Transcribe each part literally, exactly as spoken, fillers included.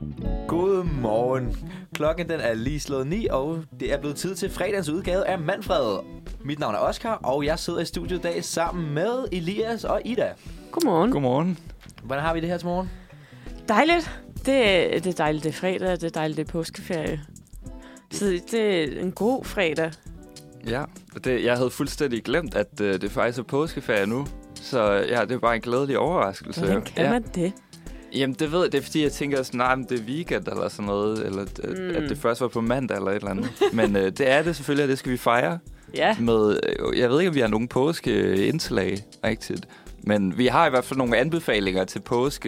Godmorgen. Klokken den er lige slået ni, og det er blevet tid til fredagens udgave af Manfred. Mit navn er Oscar, og jeg sidder i studiet i dag sammen med Elias og Ida. Godmorgen. Godmorgen. Hvordan har vi det her til morgen? Dejligt. Det, det er dejligt, det er fredag, det er dejligt, det er påskeferie. Så det er en god fredag. Ja, det, jeg havde fuldstændig glemt, at uh, det faktisk er påskeferie nu. Så ja, det er bare en glædelig overraskelse. Hvordan kan ja. man det? Jamen, det ved jeg. Det er fordi, jeg tænker sådan, nej, men det er weekend eller sådan noget. Eller mm. at det først var på mandag eller et eller andet. Men uh, det er det selvfølgelig, og det skal vi fejre. Ja. Med, uh, jeg ved ikke, om vi har nogen påskeindslag rigtigt. Men vi har i hvert fald nogle anbefalinger til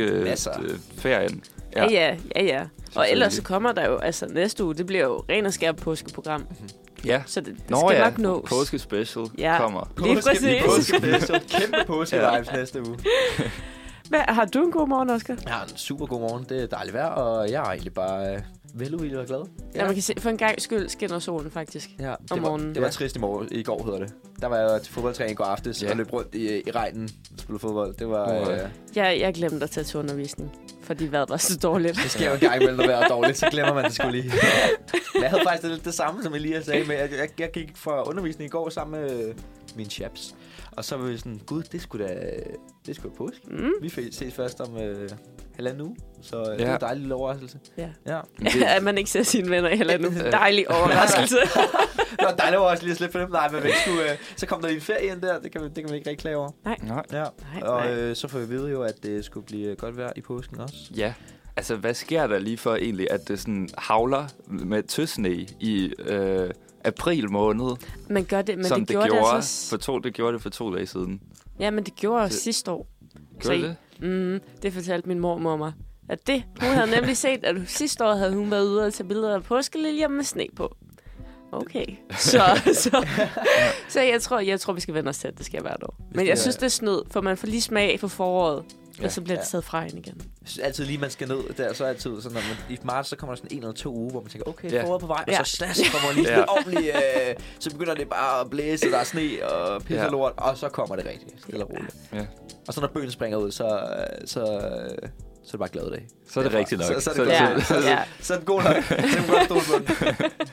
påskeferien. Ja, ja, ja. ja, ja. Og ellers så kommer der jo, altså næste uge, det bliver jo ren og skær påskeprogram. Mm-hmm. Ja. Så det, det Nå, skal ja. nok nås. Påskespecial ja. kommer. Lige præcis. Påskespecial. Kæmpe påske-vibes ja. næste uge. Hvad, har du en god morgen, Oscar? Jeg har en super god morgen. Det er dejligt vejr, og jeg er egentlig bare øh, veluvillig og glad. Ja. ja, man kan se, for en gang skyld skinner solen faktisk ja, om det morgenen. Var, det var trist i, morgen, i går, hedder det. Der var jeg til fodboldtræning i går aftes, ja. og løb rundt i, i regnen og spillede fodbold. Det var... Oh, øh... jeg, jeg glemte at tage til undervisning, fordi vejret var så dårligt. Det sker jo en gang imellem, når vejret er dårligt, så glemmer man det sgu lige. Men jeg havde faktisk lidt det samme, som Elias sagde med, at jeg, jeg gik fra undervisning i går sammen med mine chaps. Og så var vi sådan, gud, det skulle da, det skulle da påske. Mm. Vi ses først om øh, halvanden uge, så øh, ja. det er en dejlig lille overraskelse. Ja. ja. At man ikke ser sine venner i halvanden uge. Dejlig overraskelse. Det var en dejlig overraskelse lige at slippe for dem. Nej, men vi skulle, øh, så kom der lige en ferie ind der, det kan, det kan man ikke rigtig klage over. Nej. Ja. nej og øh, så får vi vide jo, at det skulle blive godt vejr i påsken også. Ja. Altså, hvad sker der lige for egentlig, at det sådan havler med tøsne i øh, april måned? Man gør det, men som det, det gjorde, gjorde det altså... for to, det gjorde det for to dage siden. Ja, men det gjorde det det... sidste år. Gjorde det? Mm, det fortalte min mormor mig. At det, hun havde nemlig set, at sidste år havde hun været ude og tage billeder af påskeliljer med sne på. Okay. Så, så, så jeg, tror, jeg tror, vi skal vende os til, at det skal hvert år. Men jeg synes, det er snød, for man får lige smag for foråret. Ja, og så bliver det ja. taget fra ind igen. Jeg synes altid lige, man skal ned der, så altid sådan, når man, i marts, så kommer der sådan en eller to uger, hvor man tænker, okay, ja. foråret på vej, ja. og så slash, kommer lige sådan ja. ordentligt, øh, så begynder det bare at blæse, der er sne og pisse ja. lort, og så kommer det rigtigt, stille og roligt. Ja. Og så når bøgen springer ud, så, så, så er det bare glad dag. Så er det rigtigt nok. Så, så, så, er det ja. så, så, ja. så er det god nok. Så er det godt stole på den.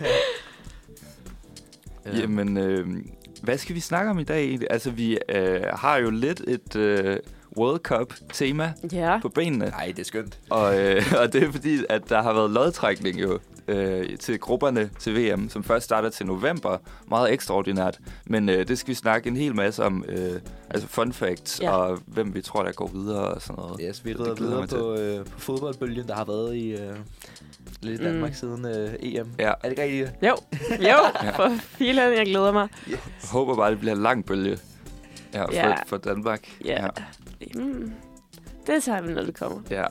Ja. Jamen, øh, hvad skal vi snakke om i dag egentlig? Altså, vi øh, har jo lidt et øh, World Cup-tema ja. på benene. Nej, det er skønt. Og, øh, og det er fordi, at der har været lodtrækning jo øh, til grupperne til V M, som først starter til november. Meget ekstraordinært. Men øh, det skal vi snakke en hel masse om. Øh, altså fun facts, ja. og hvem vi tror, der går videre og sådan noget. Yes, vi rider videre på, øh, på fodboldbølgen, der har været i... Øh lidt i Danmark mm. siden øh, E M. Ja. Er det ikke rigtigt? Jo, jo. For filen, jeg glæder mig. Yes. Jeg håber bare, det bliver en lang bølge ja, for, ja. for Danmark. Ja. ja. Mm. Det tager vi, når det kommer. Ja.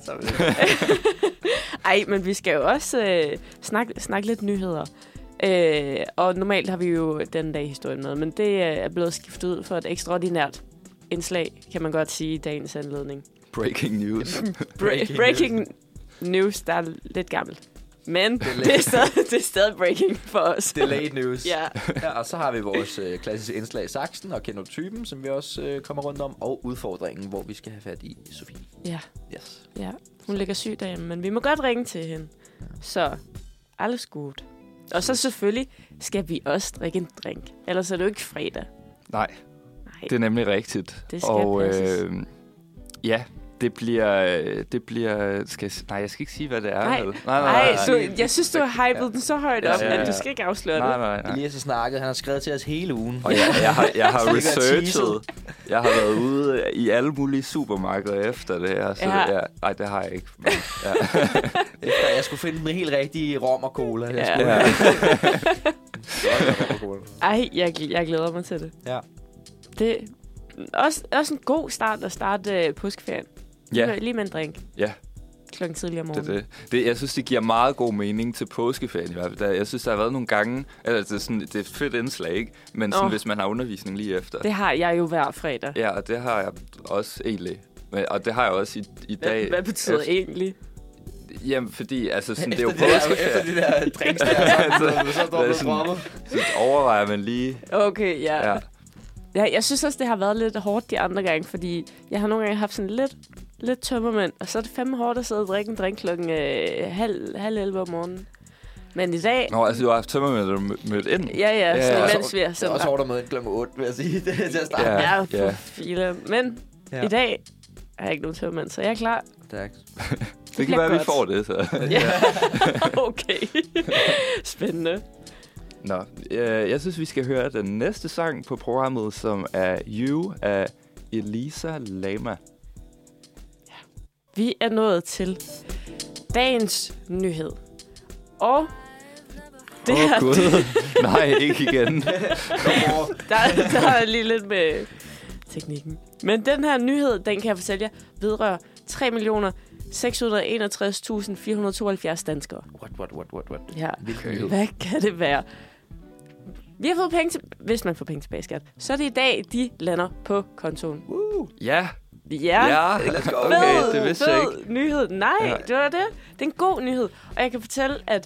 Ej, men vi skal jo også øh, snakke, snakke lidt nyheder. Øh, og normalt har vi jo den dag historien med, men det er blevet skiftet ud for et ekstraordinært indslag, kan man godt sige, i dagens anledning. Breaking news. Breaking, breaking news. news, der er lidt gammelt. Men det er, stadig, det er stadig breaking for os. Delayed news. ja. ja. Og så har vi vores øh, klassiske indslag Saksen og Kender typen, som vi også øh, kommer rundt om. Og udfordringen, hvor vi skal have fat i Sofie. Ja. Yes. ja. Hun ligger syg derhjemme, men vi må godt ringe til hende. Ja. Så alles godt. Og så selvfølgelig skal vi også drikke en drink. Ellers er det jo ikke fredag. Nej, Nej. Det er nemlig rigtigt. Det skal og øh, ja, det bliver... Det bliver skal jeg, nej, jeg skal ikke sige, hvad det er. Nej, nej, nej, nej, nej. Så, jeg synes, du har hypet ja. den så højt op, ja, ja, ja. men du skal ikke afsløre nej, nej, nej. det. Elias har snakket, han har skrevet til os hele ugen. Og jeg, jeg har, jeg har researchet. Jeg har været ude i alle mulige supermarkeder efter det her. Så ja. ja, nej, det har jeg ikke. Men, ja. Efter jeg skulle finde den helt rigtige rom og cola. Jeg ja. skulle ja. Ej, jeg, jeg glæder mig til det. Ja. Det er også, også en god start at starte uh, påskeferien. Ja. Lige med en drink. Ja. Klokken tidligere om morgenen. Det, det. Det, jeg synes, det giver meget god mening til påskeferien i hvert fald. Jeg synes, der har været nogle gange... Altså, det er, sådan, det er et fedt indslag, ikke? Men sådan, oh. hvis man har undervisning lige efter. Det har jeg jo hver fredag. Ja, og det har jeg også egentlig. Men, og det har jeg også i, i dag. Hvad, hvad betyder efter, egentlig? Jamen, fordi altså, sådan, det er jo påskeferie. Efter de der drinks der, så, så står du sådan, så overvejer man lige... Okay, ja. ja. Ja, jeg synes også, det har været lidt hårdt de andre gange, fordi jeg har nogle gange haft sådan lidt, lidt tømmermænd, og så er det fandme hårdt at sidde og drikke en drink klokken øh, halv, halv elleve om morgenen. Men i dag... Nå, altså du har haft tømmermænd, da du mødte ind? Ja, ja, ja, så ja. imens vi er Det er også hårdt at møde ind klokken otte, vil jeg sige. Det er til at starte. Ja. Ja, ja. for filer. Men Ja. i dag er jeg ikke nogen tømmermænd, så jeg er klar. Tak. Det, det kan bliver være, at vi godt. får det, så. Ja, okay. Spændende. Nå, øh, jeg synes, vi skal høre den næste sang på programmet, som er You af Elisa Lama. Vi er nået til dagens nyhed. Og det Åh, her, Gud. Nej, ikke igen. der, der er lige lidt med teknikken. Men den her nyhed, den kan jeg fortælle jer, vedrører tre millioner seks hundrede og enogtres tusind fire hundrede og tooghalvfjerds danskere. What, what, what, what, what? Ja. Hvilken Hvad kan det være? Vi har fået penge til, hvis man får penge tilbage, skat. Så er det i dag, de lander på kontoen. Woo! Ja, Ja, ja. Let's go. Okay, fed, det vidste jeg fed ikke. nyhed. Nej, Ja. det var det. Det er en god nyhed. Og jeg kan fortælle, at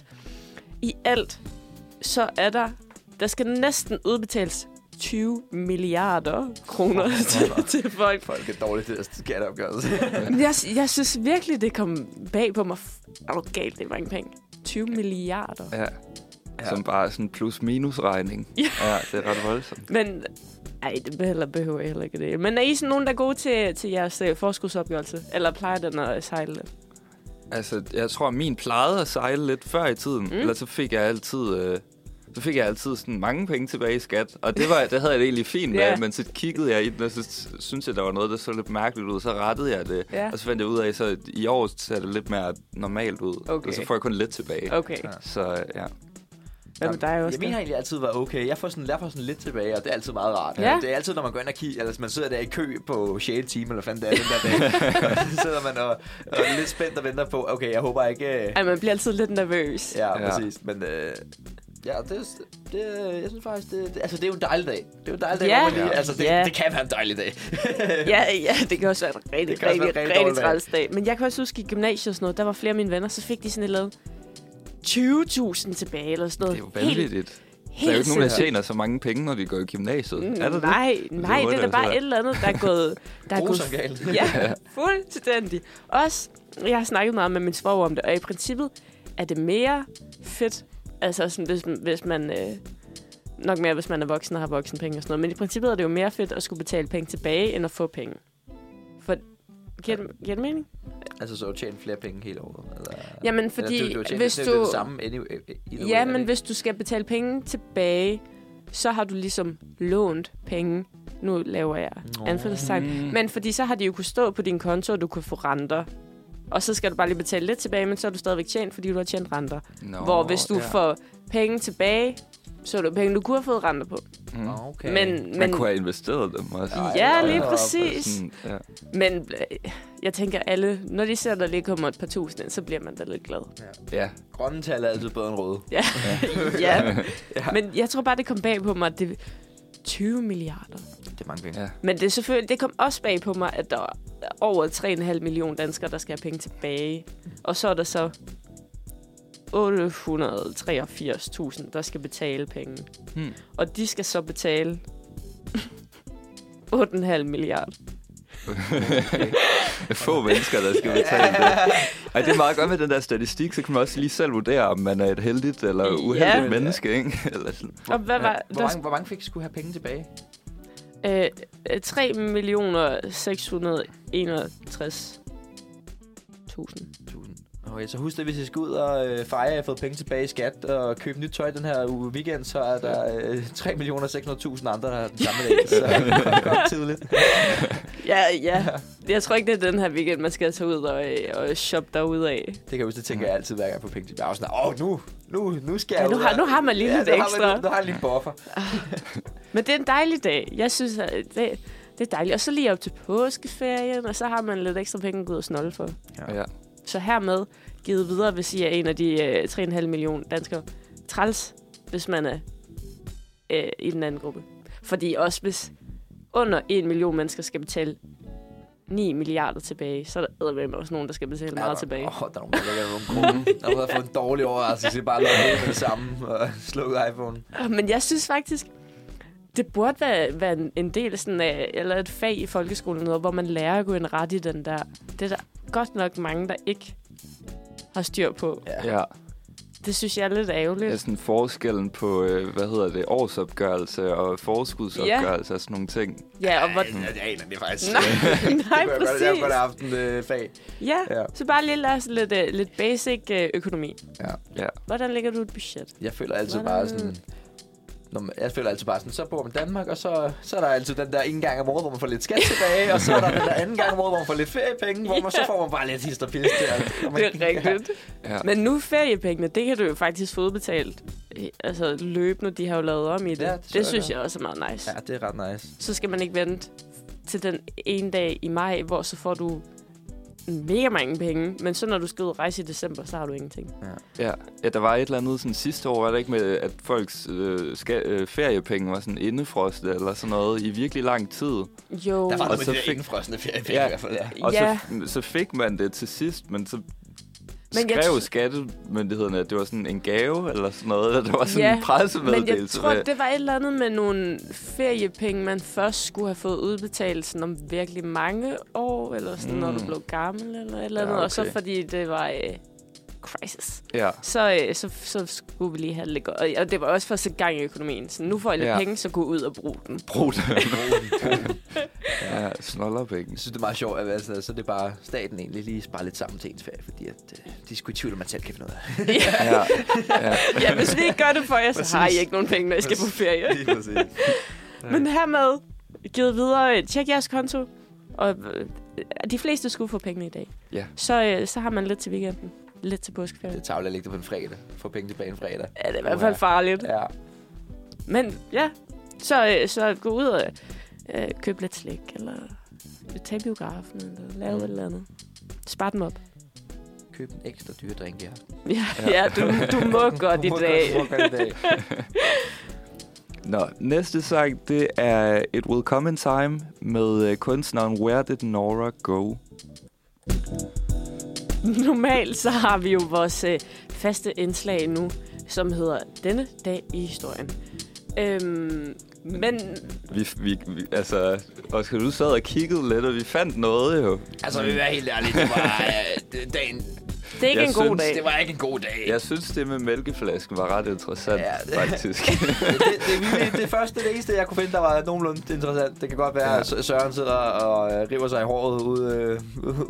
i alt, så er der, der skal næsten udbetales tyve milliarder kroner til, til folk. Folk er dårligt til at skatteopgørelse. Jeg, jeg synes virkelig, det kom bag på mig. Er du galt, det er mange penge. tyve milliarder. Ja. Ja. Som bare sådan plus-minus-regning. Ja. Ja, det er ret voldsomt. Men, ej, det behøver, behøver jeg heller ikke det. Men er I sådan nogen, der er gode til, til jeres uh, forskudsopgørelse? Eller plejer den at sejle lidt? Altså, jeg tror, min plejede at sejle lidt før i tiden. Mm. Ellers så fik jeg altid... Øh, så fik jeg altid sådan mange penge tilbage i skat. Og det, var, det havde jeg det egentlig fint med. Ja. Men så kiggede jeg i den, og så synes jeg, der var noget, der så lidt mærkeligt ud. Så rettede jeg det. Ja. Og så fandt jeg ud af, så i år ser det lidt mere normalt ud. Okay. Og så får jeg kun lidt tilbage. Okay. Ja. Så ja. Hvad med dig også? Jeg mener har egentlig altid været okay. Jeg får sådan, jeg får sådan lidt tilbage, og det er altid meget rart. Ja. Det er altid, når man går ind og kigger, eller man sidder der i kø på sjette time, eller fanden det er den der dag. Så sidder man og, og er lidt spændt og venter på, okay, jeg håber ikke... Ej, man bliver altid lidt nervøs. Ja, Ja. præcis. Men øh, ja, det, det, jeg synes faktisk, det, det, altså det er jo en dejlig dag. Det er jo en dejlig dag, Ja. hvor man lige, altså det, Ja. det kan være en dejlig dag. Ja, ja, det kan også være en rigtig, Det kan også rigtig, være en rigtig rigtig dårlig dag. træls dag. Men jeg kan også huske i gymnasiet og sådan noget, der var flere af mine venner, så fik de sådan et eller andet tyve tusind tilbage eller sådan Det noget. er jo vanvittigt. Helt, Der er jo ikke nogen, der sindssygt. tjener så mange penge, når de går i gymnasiet. Mm, Er der det? nej, nej, må det er det da altså bare være. et eller andet, der er gået... Der er Grusom gået galt. ja, fuldstændig. Også, jeg har snakket meget med min svoger om det, og i princippet er det mere fedt, altså sådan, hvis, hvis man... Øh, nok mere, hvis man er voksen og har voksenpenge og sådan noget. Men i princippet er det jo mere fedt at skulle betale penge tilbage, end at få penge. For, giver, det, giver det mening? Altså så tjene flere penge hele året. Eller, Jamen, fordi eller, det, det, det, hvis det, du... Det er det samme anyway, either Ja, way, er men det hvis du skal betale penge tilbage, så har du ligesom lånt penge. Nu laver jeg Nå. anførselstegn. Mm. Men fordi så har de jo kunne stå på din konto, og du kunne få renter. Og så skal du bare lige betale lidt tilbage, men så er du stadigvæk tjent, fordi du har tjent renter. Nå, Hvor hvis du ja. får penge tilbage, så er det penge, du kunne have fået renter på. Mm. Okay. Men, Man men, kunne have investeret dem også. Ej, ja, ej, lige ej, præcis. Sådan, ja. Men øh, jeg tænker, alle, når de ser, der lige kommer et par tusind ind, så bliver man da lidt glad. Ja. Grønne tal er altid bedre end røde. Ja, ja. Ja. Men jeg tror bare, det kom bag på mig, at det er tyve milliarder. Det er mange penge. Ja. Men det, er selvfølgelig, det kom også bag på mig, at der er over tre komma fem millioner danskere, der skal have penge tilbage. Og så er der så otte hundrede og treogfirs tusind, der skal betale penge. Hmm. Og de skal så betale otte komma fem milliarder. Få mennesker, der skal betale det. Ej, det er meget godt med den der statistik, så kan man også lige selv vurdere, om man er et heldigt eller uheldigt Ja. menneske, ikke? Eller sådan. Og hvad var Hvor mange, hvor mange fik skulle have penge tilbage? der? Øh, tre millioner seks hundrede og enogtres tusind. Tusind. Okay, så husk det, hvis I skal ud og øh, fejre, at I har fået penge tilbage i skat og købe nyt tøj den her uge weekend, så er der øh, tre millioner seks hundrede tusind andre, der har den samme dag. Så det kom tidligt. Ja, ja. Jeg tror ikke, det er den her weekend, man skal tage ud og, øh, og shoppe derude af. Det kan jeg huske, det tænker jeg altid, hver gang jeg får penge tilbage. Jeg er sådan, åh, nu, nu, nu skal Ja, jeg nu ud har- og- nu har man lige ja, lidt nu har ekstra. Man, nu har jeg lige en buffer. Men det er en dejlig dag. Jeg synes, at det, det er dejligt. Og så lige op til påskeferien, og så har man lidt ekstra penge at gå ud og snolde for. Ja. Så hermed givet videre, hvis I er en af de øh, tre komma fem millioner danskere. Træls, hvis man er øh, i den anden gruppe. Fordi også hvis under en million mennesker skal betale ni milliarder tilbage, så er der eddermame også nogen, der skal betale meget tilbage. Åh, der er nogen, der lægger nogle kroner. Der har fået en dårlig overraskelse, så bare logge med det samme og slukke iPhone. Men jeg synes faktisk, Det burde være, være en del af sådan, af, eller et fag i folkeskolen, noget, hvor man lærer at gå ind ret i den der. Det er der godt nok mange, der ikke har styr på. Ja. Ja. Det synes jeg er lidt ærgerligt. Det er sådan forskellen på, øh, hvad hedder det, årsopgørelse og forskudsopgørelse og sådan nogle ting. Ja, og hvor... Ej, jeg aner det faktisk. Nej, nej, det kunne jeg godt, præcis. jeg kunne godt have haft en øh, fag. Ja, Ja. så bare lige lad os lidt, uh, lidt basic uh, økonomi. Ja. Ja. Hvordan lægger du et budget? Jeg føler altid Hvordan- bare sådan... Når man, jeg føler altid bare sådan, så bor man i Danmark, og så, så er der altid den der ene gang om året, hvor man får lidt skat tilbage, og så er der den der anden gang om året, hvor man får lidt feriepenge, hvor man, så får man bare lidt hist og pis til alt. Det er rigtigt. Ja. Men nu feriepengene, det kan du jo faktisk få udbetalt. øh, Altså løbende, de har jo lavet om i det. Ja, Ja, det det, så det jeg synes godt. jeg også er meget nice. Ja, det er ret nice. Så skal man ikke vente til den ene dag i maj, hvor så får du mega mange penge. Men så når du skal ud og rejse i december, så har du ingenting. Ja. Ja, der var et eller andet sådan sidste år, var det ikke med, at folks øh, skal, øh, feriepenge var sådan indefrostet eller sådan noget i virkelig lang tid. Jo, Der var Og noget med så de der fik- indefrosne feriepenge Ja. i hvert fald, ja. Og ja, så, så fik man det til sidst, men så Men jeg skrev tr- skattemyndighederne, at det var sådan en gave eller sådan noget. Der var sådan Ja, en pressemeddelelse. men jeg tror, med- det var et eller andet med nogle feriepenge, man først skulle have fået udbetalt sådan om virkelig mange år, eller sådan, mm. når du Mm. blev gammel, eller et eller Ja, andet. Og så okay. fordi det var øh, crisis, Ja. så, øh, så, så skulle vi lige have det lidt godt. Og det var også for at sætte gang i økonomien. Så nu får jeg lidt Ja. penge, så gå ud og bruge den. Brug det. Ja, snollerpenge. Jeg synes, det er meget sjovt, at altså, så er det bare staten egentlig lige sparer lidt sammen til ens ferie, fordi at, øh, de er sgu i tvivl, at man selv kan finde ud af. Ja. Ja. Ja, hvis vi ikke gør det for jer, så Præcis. har I ikke nogen penge, når I skal på ferie. Lige præcis. Men hermed, givet videre, tjek jeres konto. Og øh, de fleste skulle få pengene i dag. Ja. Så, øh, så har man lidt til weekenden. Lidt til Det påskeferie. er tavle at lægge det på en fredag. Få penge tilbage en fredag. Ja, det er i hvert fald farligt. Ja. Men ja, så, øh, så gå ud og øh, købe lidt slik, eller tage biografen, eller lave Mm. et eller andet. Spar dem op. Køb en ekstra dyre drink i aften. Ja, ja du, du må godt i Du må dag. godt- du må godt i dag. Nå, næste sang, det er It Will Come in Time med uh, kunstneren Where Did Nora Go? Normalt så har vi jo vores øh, faste indslag nu, som hedder Denne dag i historien. Øhm, men Vi, vi, vi, altså, Oscar, du sad og kiggede lidt, og vi fandt noget jo. Altså, vi vil være helt ærlige. Det var øh, det- dagen. det er ikke Jeg en god synes, dag. Det var ikke en god dag. Jeg synes, det med mælkeflasken var ret interessant, Ja, det- faktisk. det, det, det, det første, det eneste, jeg kunne finde, der var nogenlunde interessant. Det kan godt være, Ja. at Søren sidder og øh, river sig i håret ude. Øh,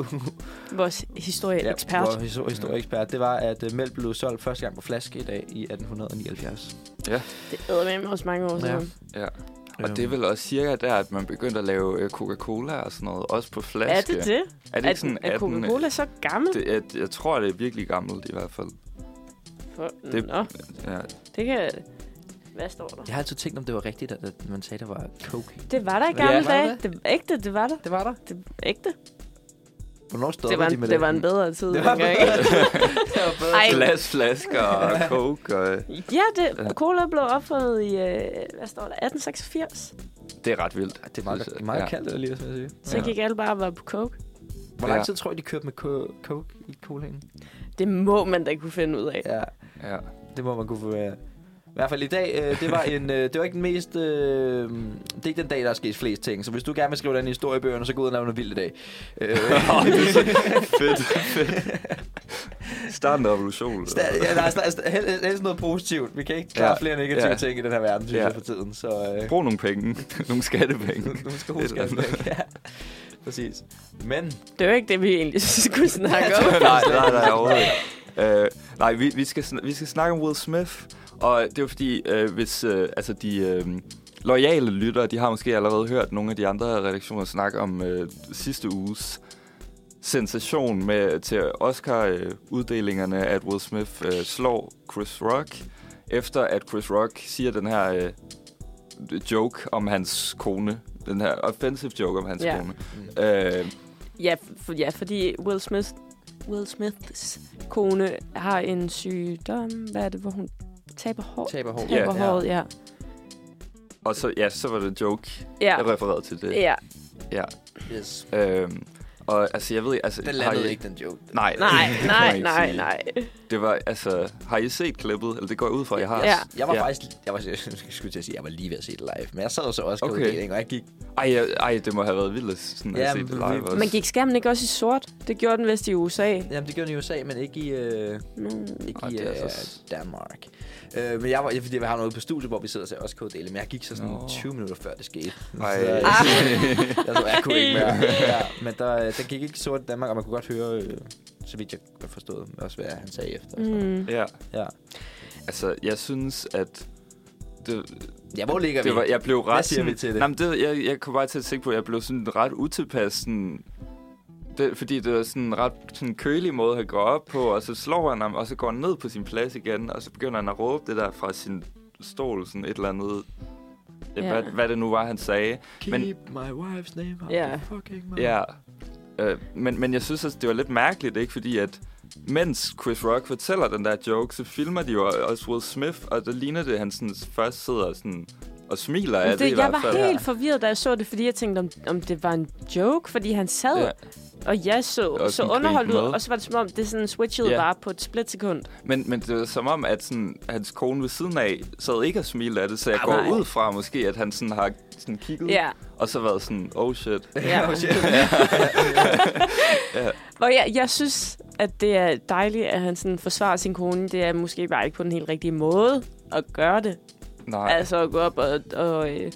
Vores historieekspert. vores histor- historieekspert. Det var, at øh, mælk blev solgt første gang på flaske i dag i atten nioghalvfjerds. Ja. Det æder med også mange år Ja. siden. Ja. Og det er vel også cirka der, at man begyndte at lave øh, Coca-Cola og sådan noget, også på flaske. Er det det? Er det ikke sådan er atten... Coca-Cola så gammel? Det, jeg, jeg tror, det er virkelig gammelt i hvert fald. For, det- Nå, Ja. det kan... Hvad står der? Jeg har altid tænkt, om det var rigtigt, at at man sagde, der var coke. Det var der i Ja, gamle var dage. det? Det var ægte, det var der. Det var der. Det ægte. Hvornår stod Det var, de en, med det var en bedre tid. Det var dengang. bedre. Det var bedre. Ej. Glasflasker og coke. Og, Ja, det, cola blev opfundet i, øh, hvad står der, atten seksogfirs. det er ret vildt. Det er meget, meget Ja. kaldt, eller lige at sige. Så gik alle bare og var på coke. Hvor lang Ja. tid tror jeg, de kørte med co- coke i colaen? Det må man da kunne finde ud af. Ja, Ja. det må man kunne få. Ja. I hvert fald i dag, øh, det var en, øh, det var ikke den mest, øh, det er ikke den dag, der er sket flest ting. Så hvis du gerne vil skrive den i historiebøgerne, så gå ud og lave noget vildt i dag. Øh, Fedt, fedt. Starten af revolutionen. sta- ja, der er sta- sta- hel- helst noget positivt. Vi kan ikke klare Ja. flere negative Ja. ting i den her verden, synes Ja. jeg, for tiden. Så øh, Brug nogle penge. nogle skattepenge. nu skal huske, Et eller at ja, præcis. Men Det var ikke det, vi egentlig skulle snakke om. nej, nej, nej, overhovedet ikke. Uh, nej, vi, vi, skal, sn- vi skal snakke om Will Smith. Og det er jo fordi, uh, hvis uh, altså de uh, loyale lyttere, de har måske allerede hørt nogle af de andre redaktioner snakke om uh, sidste uges sensation med til Oscar-uddelingerne, at Will Smith uh, slår Chris Rock, efter at Chris Rock siger den her uh, joke om hans kone. Den her offensive joke om hans Ja. kone. mm. Uh, Ja, for, ja, fordi Will Smith, Will Smiths kone har en sygdom. Hvad er det, hvor hun taber hår? taber hår. Taber Ja. håret, ja. og så, ja, så var det en joke, Ja, jeg refererede til det. ja. Ja. Yes. Øhm, Og altså, jeg ved ikke... Altså, Den har landede I... ikke, den joke. Nej, Nej, det kan nej, man ikke nej, sige. nej. Det var, altså... Har I set klippet? Eller det går jeg ud fra, at jeg har. Ja. Jeg var Ja. faktisk... Jeg var, jeg skulle til at sige, jeg var lige ved at se det live. Men jeg sad så også Okay. okay. og jeg gik... Ej, jeg, ej, det må have været vildt sådan, at Ja, se det men live vi- også. Men gik skærmen ikke også i sort? Det gjorde den vist i U S A. Jamen, det gjorde den i U S A, men ikke i, øh, No. ikke Ej, i det er øh, altså- Danmark. Øh, men jeg var... Fordi jeg har noget på studiet, hvor vi sidder og ser også K D L. Men jeg gik så sådan Nå. tyve minutter før det skete. Ej. Så, jeg, jeg, jeg, jeg kunne ikke mere. Ja, men der, der gik ikke sort i Danmark, og man kunne godt høre... Øh, så vidt jeg godt forstod, også hvad han sagde efter. Mm. Ja, Ja. altså, jeg synes, at... Det, Ja, hvor ligger vi? det var, jeg blev Hvad ret siger sådan, vi til det? Nej, men det, jeg, jeg kom bare til at tænke på, at jeg blev sådan ret utilpas, sådan, det, fordi det var sådan en ret sådan kølig måde at gå op på, og så slår han ham, og så går han ned på sin plads igen, og så begynder han at råbe det der fra sin stol, sådan et eller andet, Ja. ja. hvad, hvad det nu var, han sagde. Keep Men- my wife's name out Ja. of fucking mouth. Ja, øh, men, men jeg synes også, det var lidt mærkeligt, ikke? Fordi at mens Chris Rock fortæller den der joke, så filmer de jo også Will Smith, og der ligner det, at han sådan først sidder sådan og smiler af Det, det, i jeg hvert var fald. helt forvirret, da jeg så det, fordi jeg tænkte, om, om det var en joke, fordi han sad, Ja. og jeg så, Og så sådan underholdt ud, grinte med. og så var det som om, det sådan switchede Ja. bare på et splitsekund. Men, men det var som om, at sådan, hans kone ved siden af sad ikke og smilte af det, så jeg Ah, går nej. ud fra måske, at han sådan har sådan kigget, Ja. og så været sådan, oh shit. Ja. Oh, shit. Ja. Og jeg, jeg synes, at det er dejligt, at han sådan forsvarer sin kone. Det er måske bare ikke på den helt rigtige måde at gøre det. Nej, Altså at gå op og, og, øh,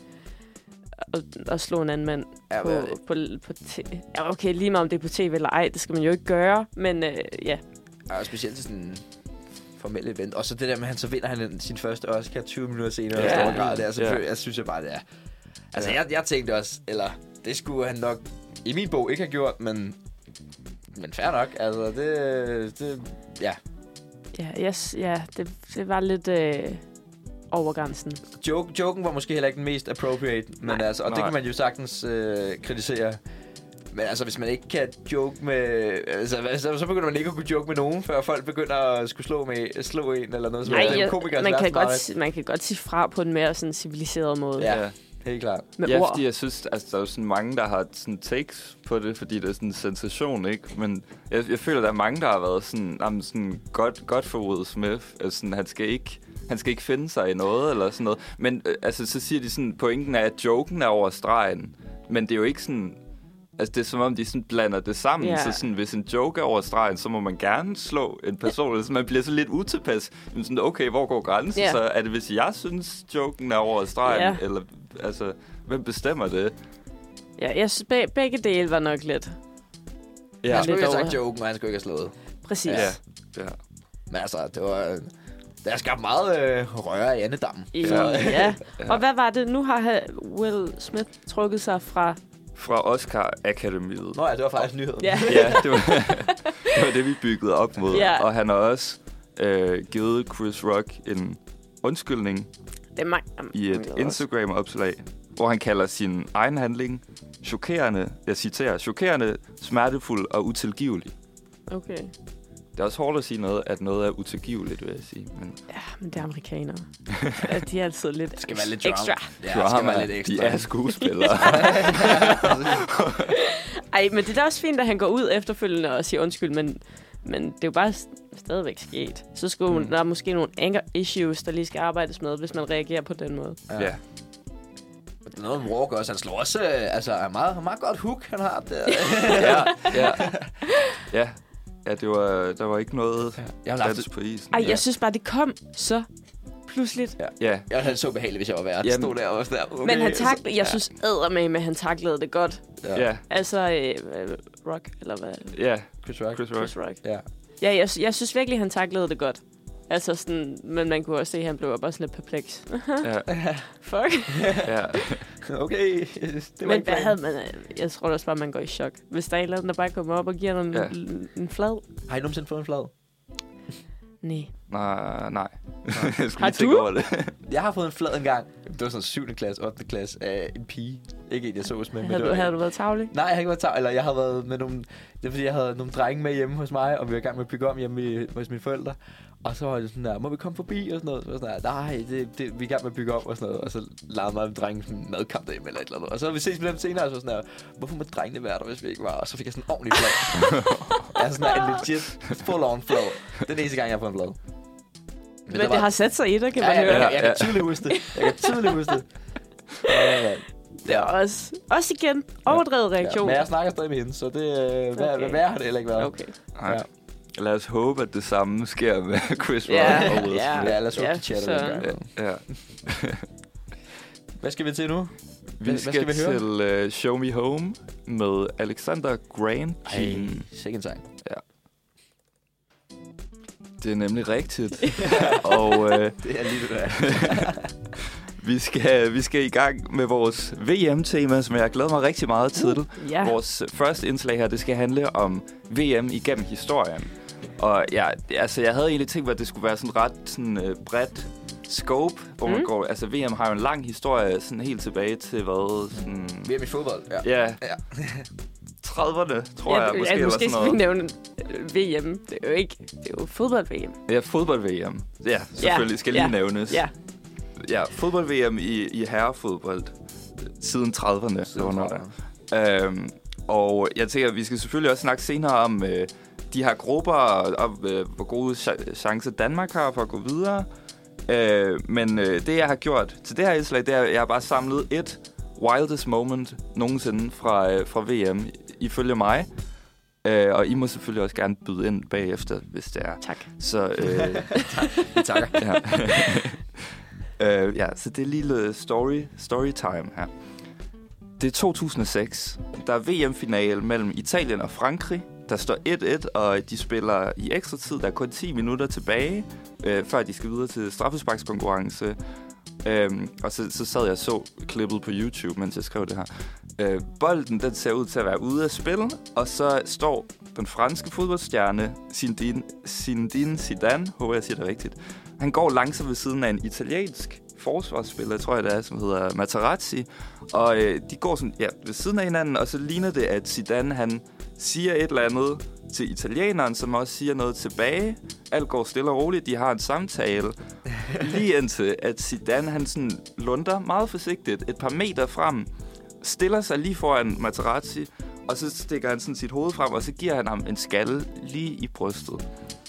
og, og slå en anden mand Ja, på, hvad- på, på t- ja, okay, lige meget om det er på tv eller ej, det skal man jo ikke gøre. Men øh, ja, Og specielt til sådan en formel event. Og så det der med, at han så vinder han sin første Oscar tyve minutter senere. Ja. Ja. Og står og det er så Ja. ja. Jeg synes jeg bare, det er... Altså, Ja. ja. jeg, jeg tænkte også, eller det skulle han nok i min bog ikke have gjort, men... Men fair nok, altså det... det ja. ja, yes, ja det, det var lidt øh, over grænsen. Joke, joken var måske heller ikke den mest appropriate, men Nej. altså, og Nej. det Nej. kan man jo sagtens øh, kritisere. Men altså, hvis man ikke kan joke med... Altså, så, så begynder man ikke at kunne joke med nogen, før folk begynder at skulle slå, med, slå en eller noget. Så Nej, det er jo jeg, komikers man, kan værste godt, mareridt. si- man kan godt sige fra på en mere sådan civiliseret måde. Ja. ja. Helt klart. Med ja, ord. fordi jeg synes, altså, der er jo sådan mange, der har sådan takes på det, fordi det er sådan en sensation, ikke? Men jeg, jeg føler, der er mange, der har været sådan, jamen, sådan godt, godt for Will Smith. Altså, sådan, han skal ikke... Han skal ikke finde sig i noget, eller sådan noget. Men øh, altså, så siger de sådan, pointen er, at joken er over stregen. Men det er jo ikke sådan... Altså, det er som om, de sådan blander det sammen. Ja. Så sådan, hvis en joke er over stregen, så må man gerne slå en person. Altså, man bliver så lidt utilpas. Men sådan, okay, hvor går grænsen? Ja. Så er det, hvis jeg synes, joken er over stregen? Ja. Eller, altså, hvem bestemmer det? Ja, jeg synes, be- begge dele var nok lidt. Ja, han lidt skulle ikke have over. sagt joken, og han skulle ikke have slået. Præcis. Ja. Ja. ja. Men altså, det var... Der er skabt meget øh, røre i andedammen. Ja. ja. Og hvad var det? Nu har ha- Will Smith trukket sig fra... Fra Oscar Akademiet. Nå ja, det var faktisk nyheden. Ja. Ja, det var, det var det, vi byggede op mod. Ja. Og han har også øh, givet Chris Rock en undskyldning Det er mig. i et Instagram-opslag, hvor han kalder sin egen handling chokerende, jeg citerer, chokerende, smertefuld og utilgivelig. Okay. Det er også hårdt at sige noget, at noget er utilgiveligt, vil jeg sige. Men Ja, men det er amerikanere. Ja, de er altid lidt Det skal være lidt drama. ekstra. Ja, det skal være lidt ekstra. de er skuespillere. Ej, men det er da også fint, at han går ud efterfølgende og siger undskyld, men, men det er jo bare stadigvæk sket. Så skulle Mm. mm. der er måske nogle anger issues, der lige skal arbejdes med, hvis man reagerer på den måde. Ja. ja. Det er noget med Walker også. Han slår også... Øh, altså, er meget, meget godt hook, han har der. ja, ja. Ja, ja det var, der var ikke noget Jeg har haft dans på isen. Ej, ja. jeg synes bare, det kom så pludseligt. Ja, Jeg ville have det så behageligt, hvis jeg var værd. Jamen. Stod der også der. Okay. Men han taklede, jeg Ja. synes eddermame, at han taklede det godt. Ja. ja, Altså, øh, øh, Rock, eller hvad? ja. Chris Rock. Chris Rock. Chris Rock. Ja. Ja, jeg, jeg synes virkelig, han taklede det godt. Altså sådan, men man kunne også se, at han blev bare sådan lidt perpleks. Ja, Fuck. ja. Okay. Det var Men ikke hvad planen. havde man... Jeg tror også bare, man går i chok. Hvis der er en eller anden, der bare kommer op og giver dem Ja. en, en flad. Har I nogensinde fået en flad? Nej. Nej, nej. nej. Jeg skulle Har lige tænke du? over det. Jeg har fået en flad engang. Det var sådan syvende klasse, ottende klasse af en pige. Ikke en, jeg sås med. Havde, det du, var havde du været tavlig? Nej, jeg har ikke været tav, eller jeg har været med nogle, det er fordi, jeg havde nogle drenge med hjemme hos mig, og vi var i gang med at bygge om hjemme i, hos mine forældre. Og så var det sådan der, må vi komme forbi og sådan noget? Så var sådan der, nej, det, det, vi er i gang med at bygge om og sådan noget. Og så lavede mig en dreng sådan en madkamp derhjemme eller et eller andet. Og så har vi ses med dem senere, og så sådan der, hvorfor må drengene være der, hvis vi ikke var? Og så fik jeg sådan en ordentlig flad. Altså sådan en legit, full on flad. Det er den eneste gang, jeg har fået en flad. Men, Men det var... har sat sig i dig, kan ja, man ja, høre. ja, jeg, jeg kan tydeligt huske det. Jeg kan tydeligt huske det. Ja, ja. Det er også, også igen overdrevet reaktion. Ja, men jeg snakker stadig med hende, så det øh, okay. hvad, hvad har det heller ikke været. Okay. Ja. Lad os håbe, at det samme sker med Chris Rock Ja, og Will ja. Smith. Ja, lad os håbe, Ja, de chatter så- den gang. Ja. Hvad skal vi til nu? Vi Hvad skal, skal vi høre? til uh, Show Me Home med Alexander Grant. Ej, sikke sang. Det er nemlig rigtigt. Og uh, Det er lige det der. vi, skal, vi skal i gang med vores V M-tema, som jeg glæder mig rigtig meget til. Ja. Vores første indslag her, det skal handle om V M igennem historien. Og ja, altså, jeg havde egentlig tænkt mig, at det skulle være sådan ret sådan, uh, bredt scope, hvor mm. man går... Altså, V M har jo en lang historie, sådan helt tilbage til hvad... Sådan, Vi er i fodbold, ja. ja, Ja. trediverne, tror ja, jeg, måske, ja, eller måske sådan skal vi noget. nævne øh, V M. Det er jo ikke... Det er jo fodbold-V M. Ja, fodbold-V M. Ja, selvfølgelig skal lige ja. nævnes. Ja. Ja, fodbold-V M i, i herrefodbold siden trediverne. Siden Hvornår der. Øhm, og jeg tænker, at vi skal selvfølgelig også snakke senere om øh, de her grupper, og, og øh, hvor gode ch- chancer Danmark har for at gå videre. Øh, men øh, det, jeg har gjort til det her indslag, det er, at jeg har bare samlet et wildest moment nogensinde fra, øh, fra V M, ifølge mig. Øh, og I må selvfølgelig også gerne byde ind bagefter, hvis det er. Tak. Så, øh, Vi takker. Ja. uh, ja, så det er lille story, story time her. Det er to tusind og seks. Der er V M-finale mellem Italien og Frankrig. Der står et et, og de spiller i ekstra tid. Der er kun ti minutter tilbage, øh, før de skal videre til straffesparkskonkurrence. Øhm, og så, så sad jeg og så klippet på YouTube, mens jeg skrev det her. Øh, bolden, den ser ud til at være ude af spil, og så står den franske fodboldstjerne Zinedine, Zinedine Zidane, håber jeg siger det rigtigt. Han går langsomt ved siden af en italiensk forsvarsspiller, tror jeg det er, som hedder Materazzi. Og øh, de går sådan, ja, ved siden af hinanden, og så ligner det, at Zidane, han siger et eller andet til italieneren, som også siger noget tilbage. Alt går stille og roligt, de har en samtale. Lige indtil, at Zidane, han sådan lunder meget forsigtigt et par meter frem, stiller sig lige foran Materazzi, og så stikker han sådan sit hoved frem, og så giver han ham en skalle lige i brystet.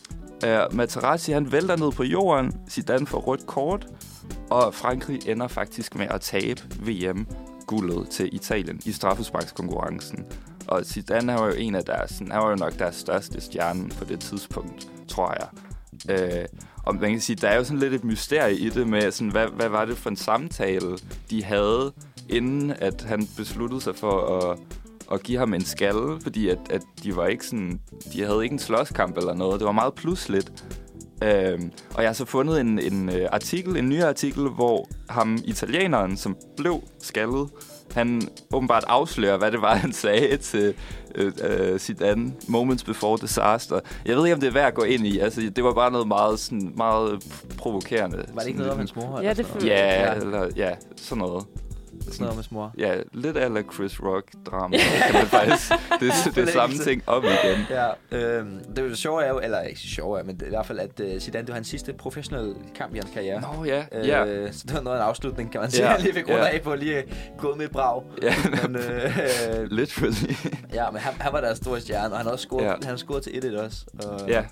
Uh, Materazzi, han vælter ned på jorden, Zidane får rødt kort, og Frankrig ender faktisk med at tabe V M-guldet til Italien i straffesparkskonkurrencen. Og Zidane var jo en af deres, han var jo nok deres største stjerne på det tidspunkt, tror jeg. Uh, og man kan sige, der er jo sådan lidt et mysterie i det med, sådan, hvad, hvad var det for en samtale, de havde, inden at han besluttede sig for at, at give ham en skalle, fordi at, at de var ikke sådan, de havde ikke en slåskamp eller noget. Det var meget pludseligt. Øhm, og jeg har så fundet en, en uh, artikel, en ny artikel, hvor ham italieneren, som blev skaldet, han åbenbart afslører, hvad det var, han sagde til uh, uh, Zidane, moments before disaster. Jeg ved ikke, om det er værd at gå ind i. Altså, det var bare noget meget, sådan, meget provokerende. Var det ikke noget om hans mor? Ja, eller det sådan føler noget? Ja, Ja. eller, ja, sådan noget. Sådan noget om hans mor. Ja, lidt ala Chris Rock-drama, kan man faktisk. Det, det, det er samme ting op igen. Ja, øhm, det er jo sjovt er jo, eller ikke sjovt, men det er i hvert fald, at uh, Zidane, det var hans sidste professionelle kamp i hans karriere. Nå, ja. Øh, ja. Så det var noget af en afslutning, kan man sige. Ja, Ja, lige fik rundt ja. af på lige gået med et brag. Ja, Men, øh, øh, literally. ja, men han, han var deres store stjerne, og han har også scoret, Ja. ja. han har scoret til et et også. Og, Ja.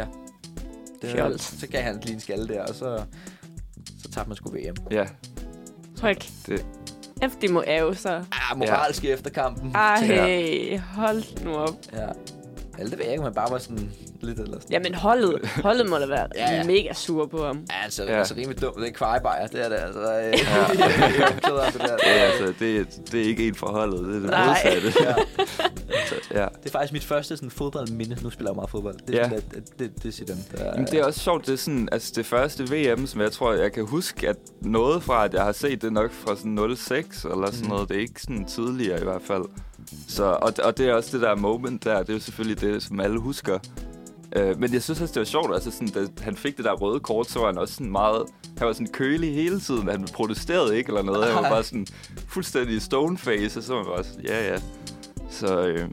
det, Fjols. så gav han lige en skalle der, og så, så tabte man sgu V M. Ja. Tryk. Det. F, det må æve sig. Ah, moralsk ja. efter kampen. Ej, hold nu op. Ja. Eller det ved jeg ikke, om han bare var sådan lidt eller sådan. Jamen holdet, holdet må da være Ja, ja. mega sur på ham. Ja, altså, det Ja. er altså rimelig dumt. Det er kvarjebajer, det er det altså. Øh, jeg er ked af det der. Det er, altså, det, er, det er ikke en forholdet, det er det Nej. modsatte. Ja. Så, ja. Det er faktisk mit første sådan, fodboldminde. Nu spiller jeg meget fodbold. Det er Ja. sådan, at, at det, det siger dem. Der, Jamen, det er også sjovt, det er sådan, altså det første V M, som jeg tror, jeg kan huske, at noget fra, at jeg har set det nok fra sådan nul seks eller sådan Mm. noget. Det er ikke sådan tidligere i hvert fald. Så, og, og det er også det der moment der, det er jo selvfølgelig det, som alle husker. Øh, men jeg synes også, det var sjovt. Altså, sådan, da han fik det der røde kort, så var han også sådan meget... Han var sådan kølig hele tiden. Han protesterede ikke eller noget. Han var bare sådan fuldstændig stoneface, og så var man bare sådan, ja, ja. Så øh,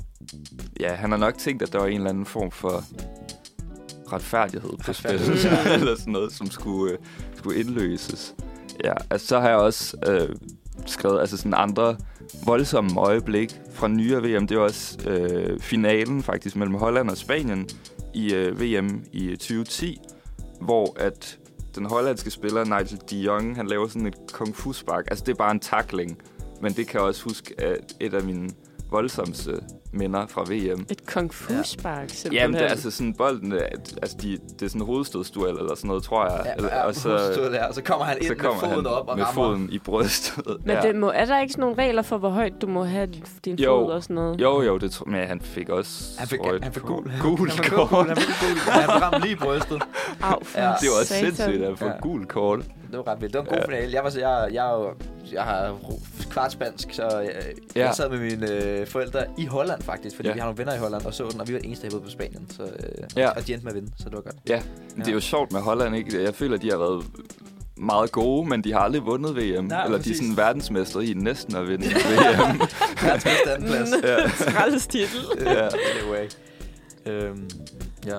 ja, han har nok tænkt, at der var en eller anden form for retfærdighed på spil. Eller sådan noget, som skulle, øh, skulle indløses. Ja, altså så har jeg også øh, skrevet altså sådan andre voldsomme øjeblik fra nyere V M. Det var også øh, finalen faktisk mellem Holland og Spanien i øh, V M i tyve ti, hvor at den hollandske spiller Nigel de Jong, han laver sådan et kung fu spark. Altså det er bare en tackling, men det kan jeg også huske at et af mine voldsomste minder fra V M. Et kung fu spark, simpelthen. Jamen, det er altså sådan bolden, altså de, det er sådan en hovedstødsduel eller sådan noget, tror jeg. Ja, eller, ja, og så, der, og så kommer han ind så kommer med foden han op og med rammer. foden i brystet. Men ja. det må, er der ikke sådan nogle regler for, hvor højt du må have din jo, fod og sådan noget? Jo, jo, det tror men han fik også... Han fik, rødt han fik gul. Gul han kort. Han fik gul. Han ramte lige i brystet. Au, for Ja. Det var også satan. sindssygt at få Ja. gul kort. Det var ret vildt. Det var en god Ja. finale. Jeg, var, så, jeg, jeg, jeg, jeg har kvart spansk, så jeg, Ja. jeg sad med mine øh, forældre i Holland faktisk, fordi Ja. vi har nogle venner i Holland og så den, og vi var det eneste, der boede på Spanien. Så, øh, Ja. Og de endte med at vinde, så det var godt. Ja, det er jo sjovt med Holland, ikke? Jeg føler, at de har været meget gode, men de har aldrig vundet V M. Nej, eller præcis. de er sådan verdensmestre i næsten at vinde V M. Verdens bedste anden plads. Ja. Skraldestitel. Ja. Anyway. Øhm, ja.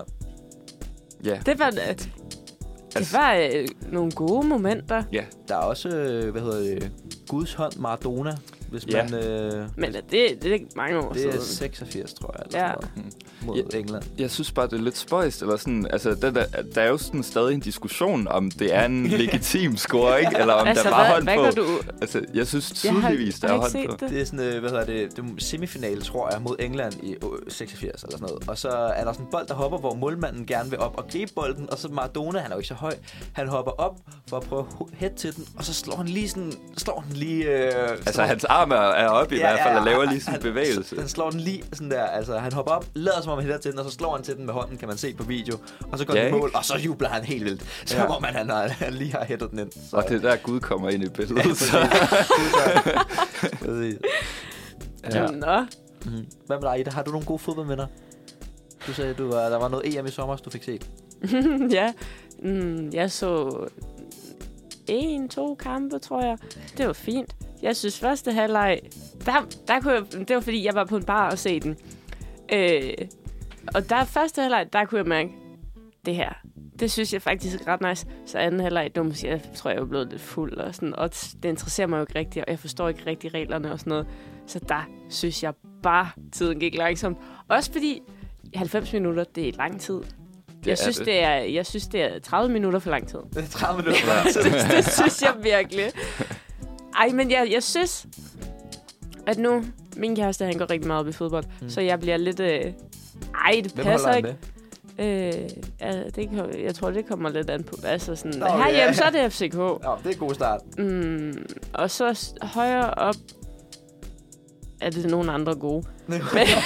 Ja. Det var, det Altså- var øh, nogle gode momenter. Ja. Der er også, øh, hvad hedder det, Guds hånd Maradona, hvis Ja. man... Øh, Men det, det er ikke mange år det er siden. seksogfirs, tror jeg, eller Ja. sådan noget, mod England. Jeg synes bare, det er lidt spøjst, eller sådan, altså, der, der, der er jo sådan stadig en diskussion, om det er en legitim score, ikke? Eller om Altså, der var hvad, hånd hvad på. gør du? Altså, jeg synes Jeg har, tydeligvis, der har er ikke hånd på. set det. Det er sådan, øh, hvad hedder det, det er semifinale, tror jeg, mod England i øh, seksogfirs eller sådan noget. Og så er der sådan en bold, der hopper, hvor målmanden gerne vil op og gribe bolden, og så Maradona, han er jo ikke så høj, han hopper op for at prøve at hætte til den, og så slår han lige sådan, slår han lige... Øh, Altså, slår, hans arm er, er oppe i Ja, hvert fald, ja, og laver han- lige sådan en han- bevægelse. Han slår den lige sådan der, altså han hopper op, lader som om han hætter til den, og så slår han til den med hånden, kan man se på video. Og så går Ja, den i ikke? mål, og så jubler han helt vildt. Så Ja. ja. man, han, har, han lige har hættet den ind. Så, Og det er der, Gud kommer ind i billedet. Ja, præcis. så. Præcis. Ja. Nå. Mhm. Hvad med dig, Ida? Har du nogle gode fodboldvenner? Du sagde, du var, der var noget E M i sommer, du fik set. Ja. Mm, jeg så en, to kampe, tror jeg. Det var fint. Jeg synes, første halvleg, der, der kunne jeg, det var fordi, jeg var på en bar og se den. Øh, og der første halvleg, der kunne jeg mærke, det her, det synes jeg faktisk er ret nice. Så anden halvleg, du må sige, jeg tror, jeg var blevet lidt fuld og sådan, og det interesserer mig jo ikke rigtigt, og jeg forstår ikke rigtig reglerne og sådan noget. Så der synes jeg bare, tiden gik langsomt. Også fordi halvfems minutter, det er lang tid. Jeg er synes, det. det er, jeg synes, det er tredive minutter for lang tid. Det er tredive minutter. Ja. det, det synes jeg virkelig. Ej, men jeg, jeg synes, at nu, min kæreste, han går rigtig meget op i fodbold, Mm. mm. så jeg bliver lidt... Øh, ej, det Hvem passer holder han ikke. med? Øh, ja, det, kan- jeg tror, det kommer lidt an på. Altså sådan, Nå, herhjemme, ja. så er det F C K. Ja, det er en god start. Mm, og så s- højere op er det nogle andre gode. Men,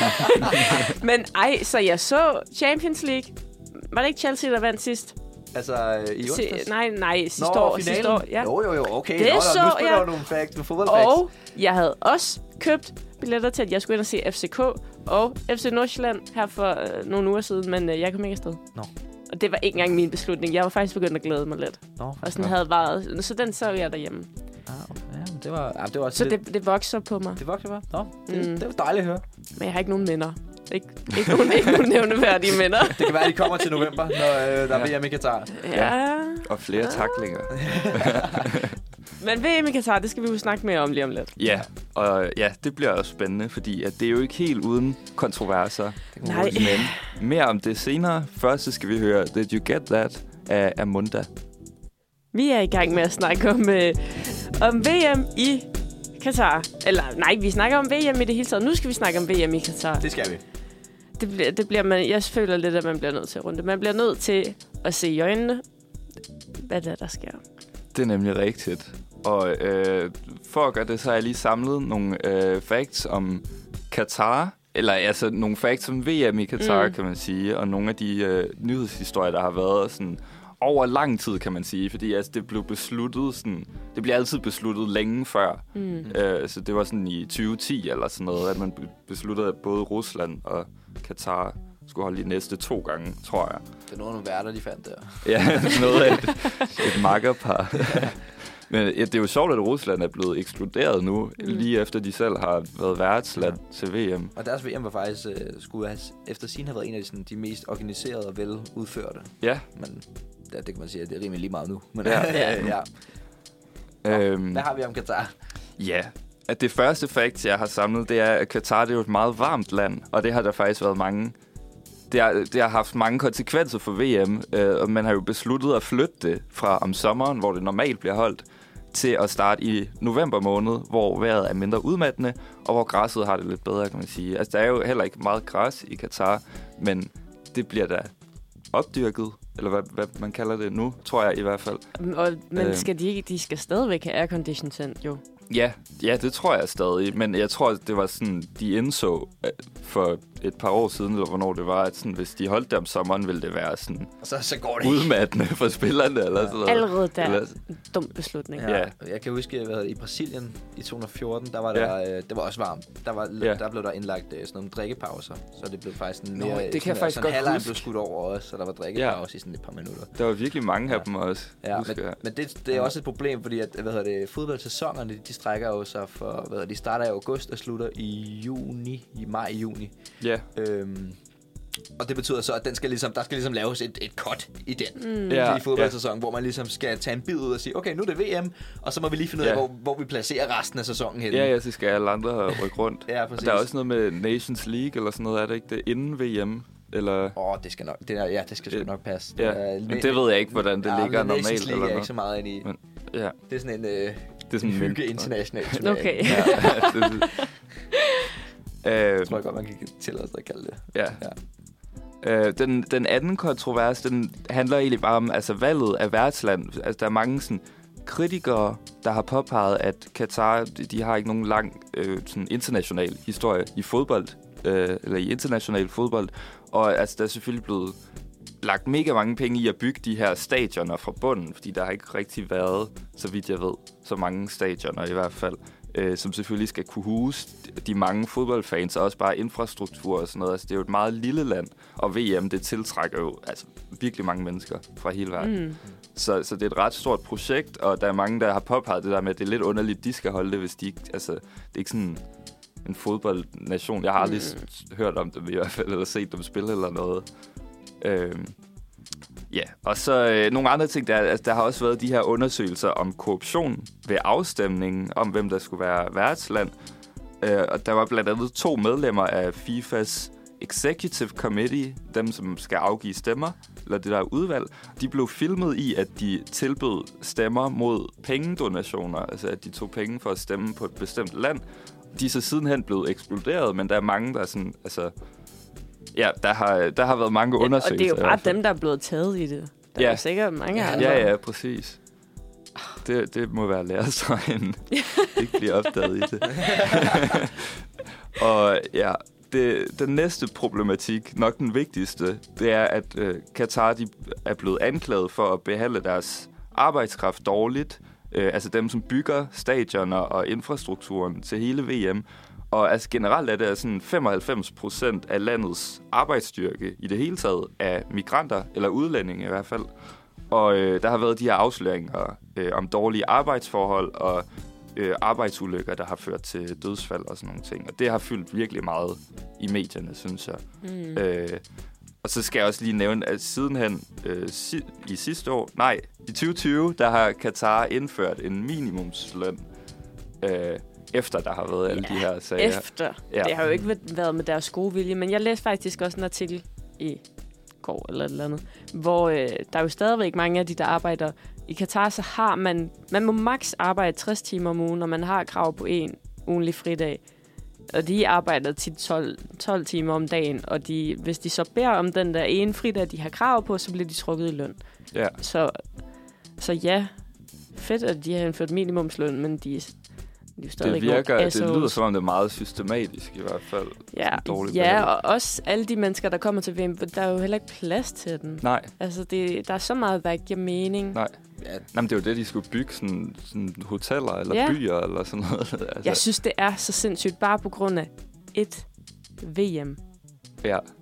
men ej, så jeg så Champions League. Var det ikke Chelsea, der vandt sidst? Altså, øh, i Se, onsdags? nej, nej, sidste Nå, år. finalen? Sidste år, ja. Jo, jo, jo, okay. Det Nå, nå, så nu spiller jeg. du nogle facts, nogle fodboldfacts. Og jeg havde også købt billetter til, at jeg skulle ind og se F C K og F C Nordsjælland her for øh, nogle uger siden, men øh, jeg kom ikke afsted. Nå. Og det var ikke engang min beslutning. Jeg var faktisk begyndt at glæde mig lidt. Nå, Og sådan Nå. havde varet. Så den så jeg derhjemme. ah, ja, men det var, ja, det var også Så lidt, det, det vokser på mig. det vokser bare. Nå, det, Mm. det var dejligt at høre. Men jeg har ikke nogen minder. Ikke, ikke, nogen, ikke nogen nævneværdige minder. Det kan være, at de kommer til november, når øh, der er V M i Katar. Ja. Og flere Ah. taklinger. Men V M i Katar, det skal vi jo snakke mere om lige om lidt. Ja, og ja, det bliver også spændende, fordi at det er jo ikke helt uden kontroverser. Nej. Men mere om det senere. Først så skal vi høre Did You Get That af Amunda. Vi er i gang med at snakke om, øh, om V M i Katar. Eller nej, vi snakker om V M i det hele taget. Nu skal vi snakke om V M i Katar. Det skal vi. Det bliver, det bliver man, jeg føler lidt, at man bliver nødt til at runde. Man bliver nødt til at se i øjnene, hvad det er, der sker. Det er nemlig rigtigt. Og øh, for at gøre det, så har jeg lige samlet nogle øh, facts om Katar. Eller altså nogle facts om V M i Katar, Mm. kan man sige. Og nogle af de øh, nyhedshistorier, der har været sådan over lang tid, kan man sige. Fordi altså, det blev besluttet sådan... Det bliver altid besluttet længe før. Mm. Øh, så det var sådan i tyve ti eller sådan noget, at man be- besluttede, at både Rusland og Katar skulle holde de næste to gange, tror jeg. Det er nogle værter, de fandt der. Ja, noget af et, et makkerpar. Men ja, det er jo sjovt, at Rusland er blevet ekskluderet nu, mm. lige efter de selv har været værtsland ja. til V M. Og deres V M var faktisk, øh, skulle have, efter sin have været en af de, sådan, de mest organiserede og veludførte. Ja. Men ja, det kan man sige, at det er rimelig lige meget nu. Men, ja. ja. Øhm, Hvad har vi om Katar? Ja, at det første fact, jeg har samlet, det er, at Katar det er jo et meget varmt land, og det har der faktisk været mange... Det har, det har haft mange konsekvenser for V M, øh, og man har jo besluttet at flytte det fra om sommeren, hvor det normalt bliver holdt, til at starte i november måned, hvor vejret er mindre udmattende, og hvor græsset har det lidt bedre, kan man sige. Altså, der er jo heller ikke meget græs i Katar, men det bliver da opdyrket, eller hvad, hvad man kalder det nu, tror jeg i hvert fald. Og, men øh, skal de ikke, de skal stadigvæk have aircondition tændt, jo? Ja, ja, det tror jeg stadig, men jeg tror, det var sådan, de indså for et par år siden, eller hvornår det var, at sådan, hvis de holdt det om sommeren, ville det være sådan så, så går det udmattende for spillerne. Eller ja. sådan noget. Allerede der. Eller... Dum beslutning. Ja. Ja. Jeg kan huske, hvad det, i Brasilien i to tusind og fjorten, der var der, ja. øh, det var også varmt. Der, var, ja. der blev der indlagt øh, sådan nogle drikkepauser, så det blev faktisk sådan mere... Nå, det kan sådan, jeg faktisk sådan godt halvlejen huske. blev skudt over også, så der var drikkepause ja. i sådan et par minutter. Der var virkelig mange ja. af dem også. Ja, men, men det, det er også et problem, fordi at, hvad hedder det, fodboldsæsonerne, de strækker jo sig for, hvad hedder, de starter i august og slutter i juni, i maj-juni. Ja. Øhm, og det betyder så, at den skal ligesom, der skal ligesom laves et, et cut i den mm. ja, i fodboldsæsonen, ja. hvor man ligesom skal tage en bid ud og sige, okay, nu er det V M, og så må vi lige finde ud af, ja. hvor, hvor vi placerer resten af sæsonen henne. Ja, ja, så skal alle andre rykke rundt. Ja, præcis. Og der er også noget med Nations League eller sådan noget, er det ikke det, inden V M? Eller... Åh, oh, det skal nok, det er, ja, det skal sgu nok passe. Ja, det er, men det ved jeg ikke, hvordan det ja, ligger normalt. Nations League eller er noget. ikke så meget ind i. Men, ja. Det er sådan en, øh, det er sådan en hygge en... international turnering. Okay. Ja, det, det tror jeg godt, man kan tillade sig at kalde det. Ja. ja. Øh, den, den anden kontrovers, den handler egentlig bare om altså, valget af værtsland. Altså, der er mange sådan, kritikere, der har påpeget, at Katar, de har ikke nogen lang øh, sådan international historie i fodbold, øh, eller i international fodbold. Og altså, der er selvfølgelig blevet lagt mega mange penge i at bygge de her stadioner fra bunden, fordi der har ikke rigtig været, så vidt jeg ved, så mange stadioner i hvert fald, øh, som selvfølgelig skal kunne huse de mange fodboldfans, og også bare infrastruktur og sådan noget. Altså, det er jo et meget lille land, og V M, det tiltrækker jo altså, virkelig mange mennesker fra hele verden. Mm. Så, så det er et ret stort projekt, og der er mange, der har påpeget det der med, at det er lidt underligt, de skal holde det, hvis de ikke... Altså, det er ikke sådan en fodboldnation. Jeg har aldrig mm. hørt om dem i hvert fald, eller set dem spille eller noget. Øhm, ja, og så øh, nogle andre ting, der, altså, der har også været de her undersøgelser om korruption ved afstemningen, om hvem der skulle være værtsland. Øh, og der var blandt andet to medlemmer af FIFAs Executive Committee, dem som skal afgive stemmer, eller det der udvalg, de blev filmet i, at de tilbød stemmer mod pengedonationer, altså at de tog penge for at stemme på et bestemt land. De er så sidenhen blevet eksploderet, men der er mange, der er sådan, altså... Ja, der har, der har været mange ja, undersøgelser. Og det er jo bare dem, der er blevet taget i det. Der ja. er sikkert mange ja, andre. Ja, ja, præcis. Det, det må være lærestregen. Ikke blive opdaget i det. Og ja, det, den næste problematik, nok den vigtigste, det er, at øh, Katar de er blevet anklaget for at behandle deres arbejdskraft dårligt. Øh, altså dem, som bygger stadioner og infrastrukturen til hele V M. Og altså generelt er det sådan femoghalvfems procent af landets arbejdsstyrke i det hele taget af migranter, eller udlændinge i hvert fald. Og øh, der har været de her afsløringer øh, om dårlige arbejdsforhold og øh, arbejdsulykker, der har ført til dødsfald og sådan nogle ting. Og det har fyldt virkelig meget i medierne, synes jeg. Mm. Øh, og så skal jeg også lige nævne, at sidenhen øh, si- i sidste år, nej, i tyve tyve, der har Katar indført en minimumsløn, øh, efter der har været alle ja, de her sager. Efter. Ja. Det har jo ikke været med deres gode vilje, men jeg læste faktisk også en artikel i går eller et eller andet, hvor øh, der er jo stadigvæk mange af de, der arbejder i Katar, så har man, man må maks arbejde tres timer om ugen, og man har krav på en ugenlig fridag. Og de arbejder til tolv, tolv timer om dagen, og de, hvis de så beder om den der ene fridag, de har krav på, så bliver de trukket i løn. Ja. Så, så ja, fedt, at de har indført minimumsløn, men de Det, det virker, det lyder som om det er meget systematisk i hvert fald. Ja, ja og også alle de mennesker, der kommer til V M, der er jo heller ikke plads til den. Nej. Altså, det, der er så meget, der ikke giver mening. Nej. Ja. Jamen, det er jo det, de skulle bygge, sådan, sådan hoteller eller ja. byer eller sådan noget. Altså. Jeg synes, det er så sindssygt, bare på grund af et V M. Ja.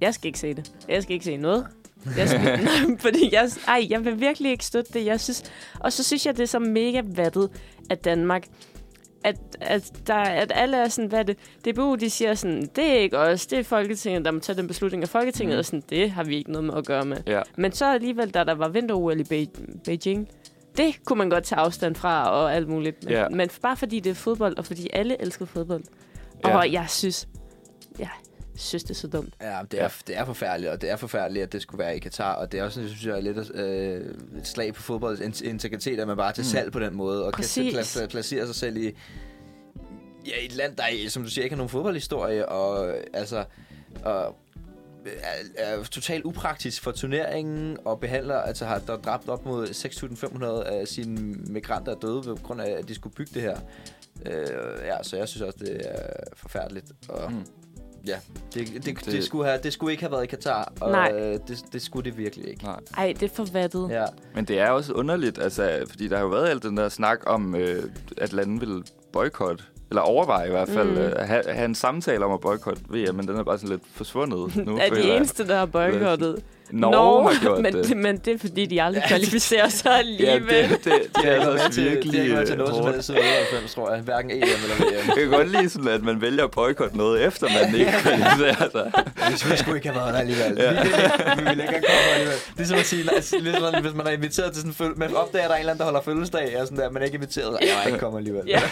Jeg skal ikke se det. Jeg skal ikke se noget. Jeg skal, fordi jeg, ej, jeg vil virkelig ikke støtte det. Jeg synes, og så synes jeg, det er så mega vattet af Danmark, at, at, der, at alle er sådan, hvad er det? D B U, de siger sådan, det er ikke os, det er Folketinget, der må tage den beslutning af Folketinget, mm. og sådan, det har vi ikke noget med at gøre med. Ja. Men så alligevel, da der var vinter-O L i Be- Beijing, det kunne man godt tage afstand fra og alt muligt. Men, ja. men bare fordi det er fodbold, og fordi alle elsker fodbold. Ja. Og jeg synes, ja, synes, det er så dumt. Ja, det er, det er forfærdeligt, og det er forfærdeligt, at det skulle være i Katar, og det er også, synes jeg, lidt øh, et slag på fodboldens integritet, at man bare til salg på den måde, og Præcis. kan pla- placere sig selv i, ja, i et land, der, som du siger, ikke har nogen fodboldhistorie, og altså... Og, er, er totalt upraktisk for turneringen, og behandler, altså har der dræbt op mod seks tusind fem hundrede af sine migranter døde ved grund af, at de skulle bygge det her. Øh, ja, så jeg synes også, det er forfærdeligt. Og mm. ja, det, det, det, det, skulle have, det skulle ikke have været i Katar, og Nej. det, det skulle det virkelig ikke. Nej. Ej, det er forvattet. Ja. Men det er også underligt, altså, fordi der har jo været alt den der snak om, øh, at landet vil boykotte. Eller overveje i hvert fald mm. at have, have en samtale om at boykotte V M, men den er bare sådan lidt forsvundet nu. er de eneste, der har boykottet? Norge no, har gjort men, det. Men det er fordi, de aldrig kvalificerer sig alligevel. Ja, det, det, de er altså virkelig... Det er ikke været til noget som helst siden otteoghalvfems, tror jeg. Hverken E M eller V M. Jeg kan godt lide sådan, at man vælger at boykotte noget, efter man ikke kvalificerer sig. Hvis vi skulle ikke have været der alligevel. Ja. Vi, vi ville ikke have kommet alligevel. Det er som at sige, ligesom, hvis man er inviteret til sådan en følge... Man opdager, at der er en eller anden, der holder fødselsdag, og sådan der, man er ikke inviteret. Jeg var ikke kommet alligevel. Ja.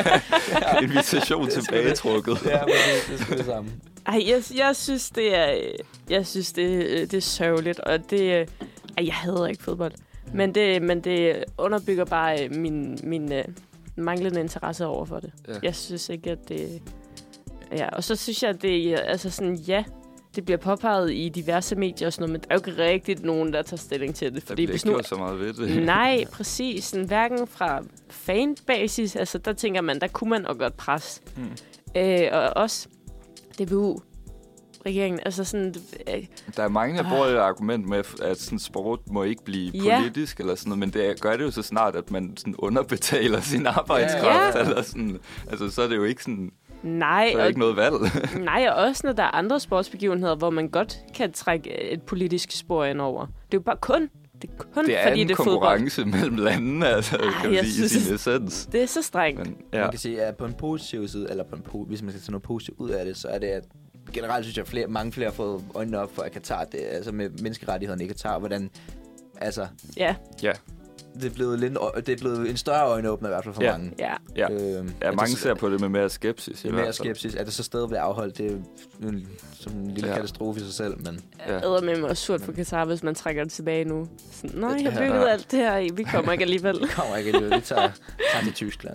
Invitation tilbagetrukket. Ja, men det, det er sgu det samme. Ej, jeg, jeg synes, det er, jeg synes, det, det er sørgeligt, og det, ej, jeg hader ikke fodbold, men det, men det underbygger bare min, min uh, manglende interesse over for det. Ja. Jeg synes ikke, at det, ja, og så synes jeg, at det, altså sådan, ja, det bliver påpeget i diverse medier og sådan noget, men der er jo ikke rigtigt nogen, der tager stilling til det. Fordi der bliver ikke så meget ved det. Nej, præcis. Sådan, hverken fra fanbasis, altså der tænker man, der kunne man også godt presse. Hmm. Øh, og også D B U, regeringen, altså sådan... Øh, der er mange, der bruger et argument med, at sådan sport må ikke blive politisk, ja. eller sådan noget, men det gør det jo så snart, at man sådan underbetaler sin arbejdskraft, ja. eller sådan, altså så er det jo ikke sådan... Nej, så er der ikke noget valg. Nej, og også når der er andre sportsbegivenheder, hvor man godt kan trække et politisk spor ind over. Det er jo bare kun... Det er, kun, det er fordi en det er konkurrence mellem landene, altså, Ej, kan man sige, i sin essens. Det er så strengt. Men, ja. Man kan sige, at på en positiv side, eller på en po- hvis man skal tage noget positivt ud af det, så er det, at generelt synes jeg, at flere, mange flere har fået øjnene op for, at Katar, det, altså med menneskerettighederne i Katar, hvordan, altså... Ja. Ja. Det er blevet lidt, det er blevet en større øjenåbner i hvert fald for ja. mange. Ja, ja. Øh, ja mange ser på det med mere skepsis. Med mere skepsis. At det så stadig bliver afholdt, det er en, som en lille ja. katastrofe i sig selv. Men ja. Det er med mig også surt for Katar, hvis man trækker det tilbage nu. Sådan, nej, jeg har bygget ja. alt det her. Vi kommer ikke alligevel. Vi kommer ikke alligevel. Vi tager, tager til Tyskland.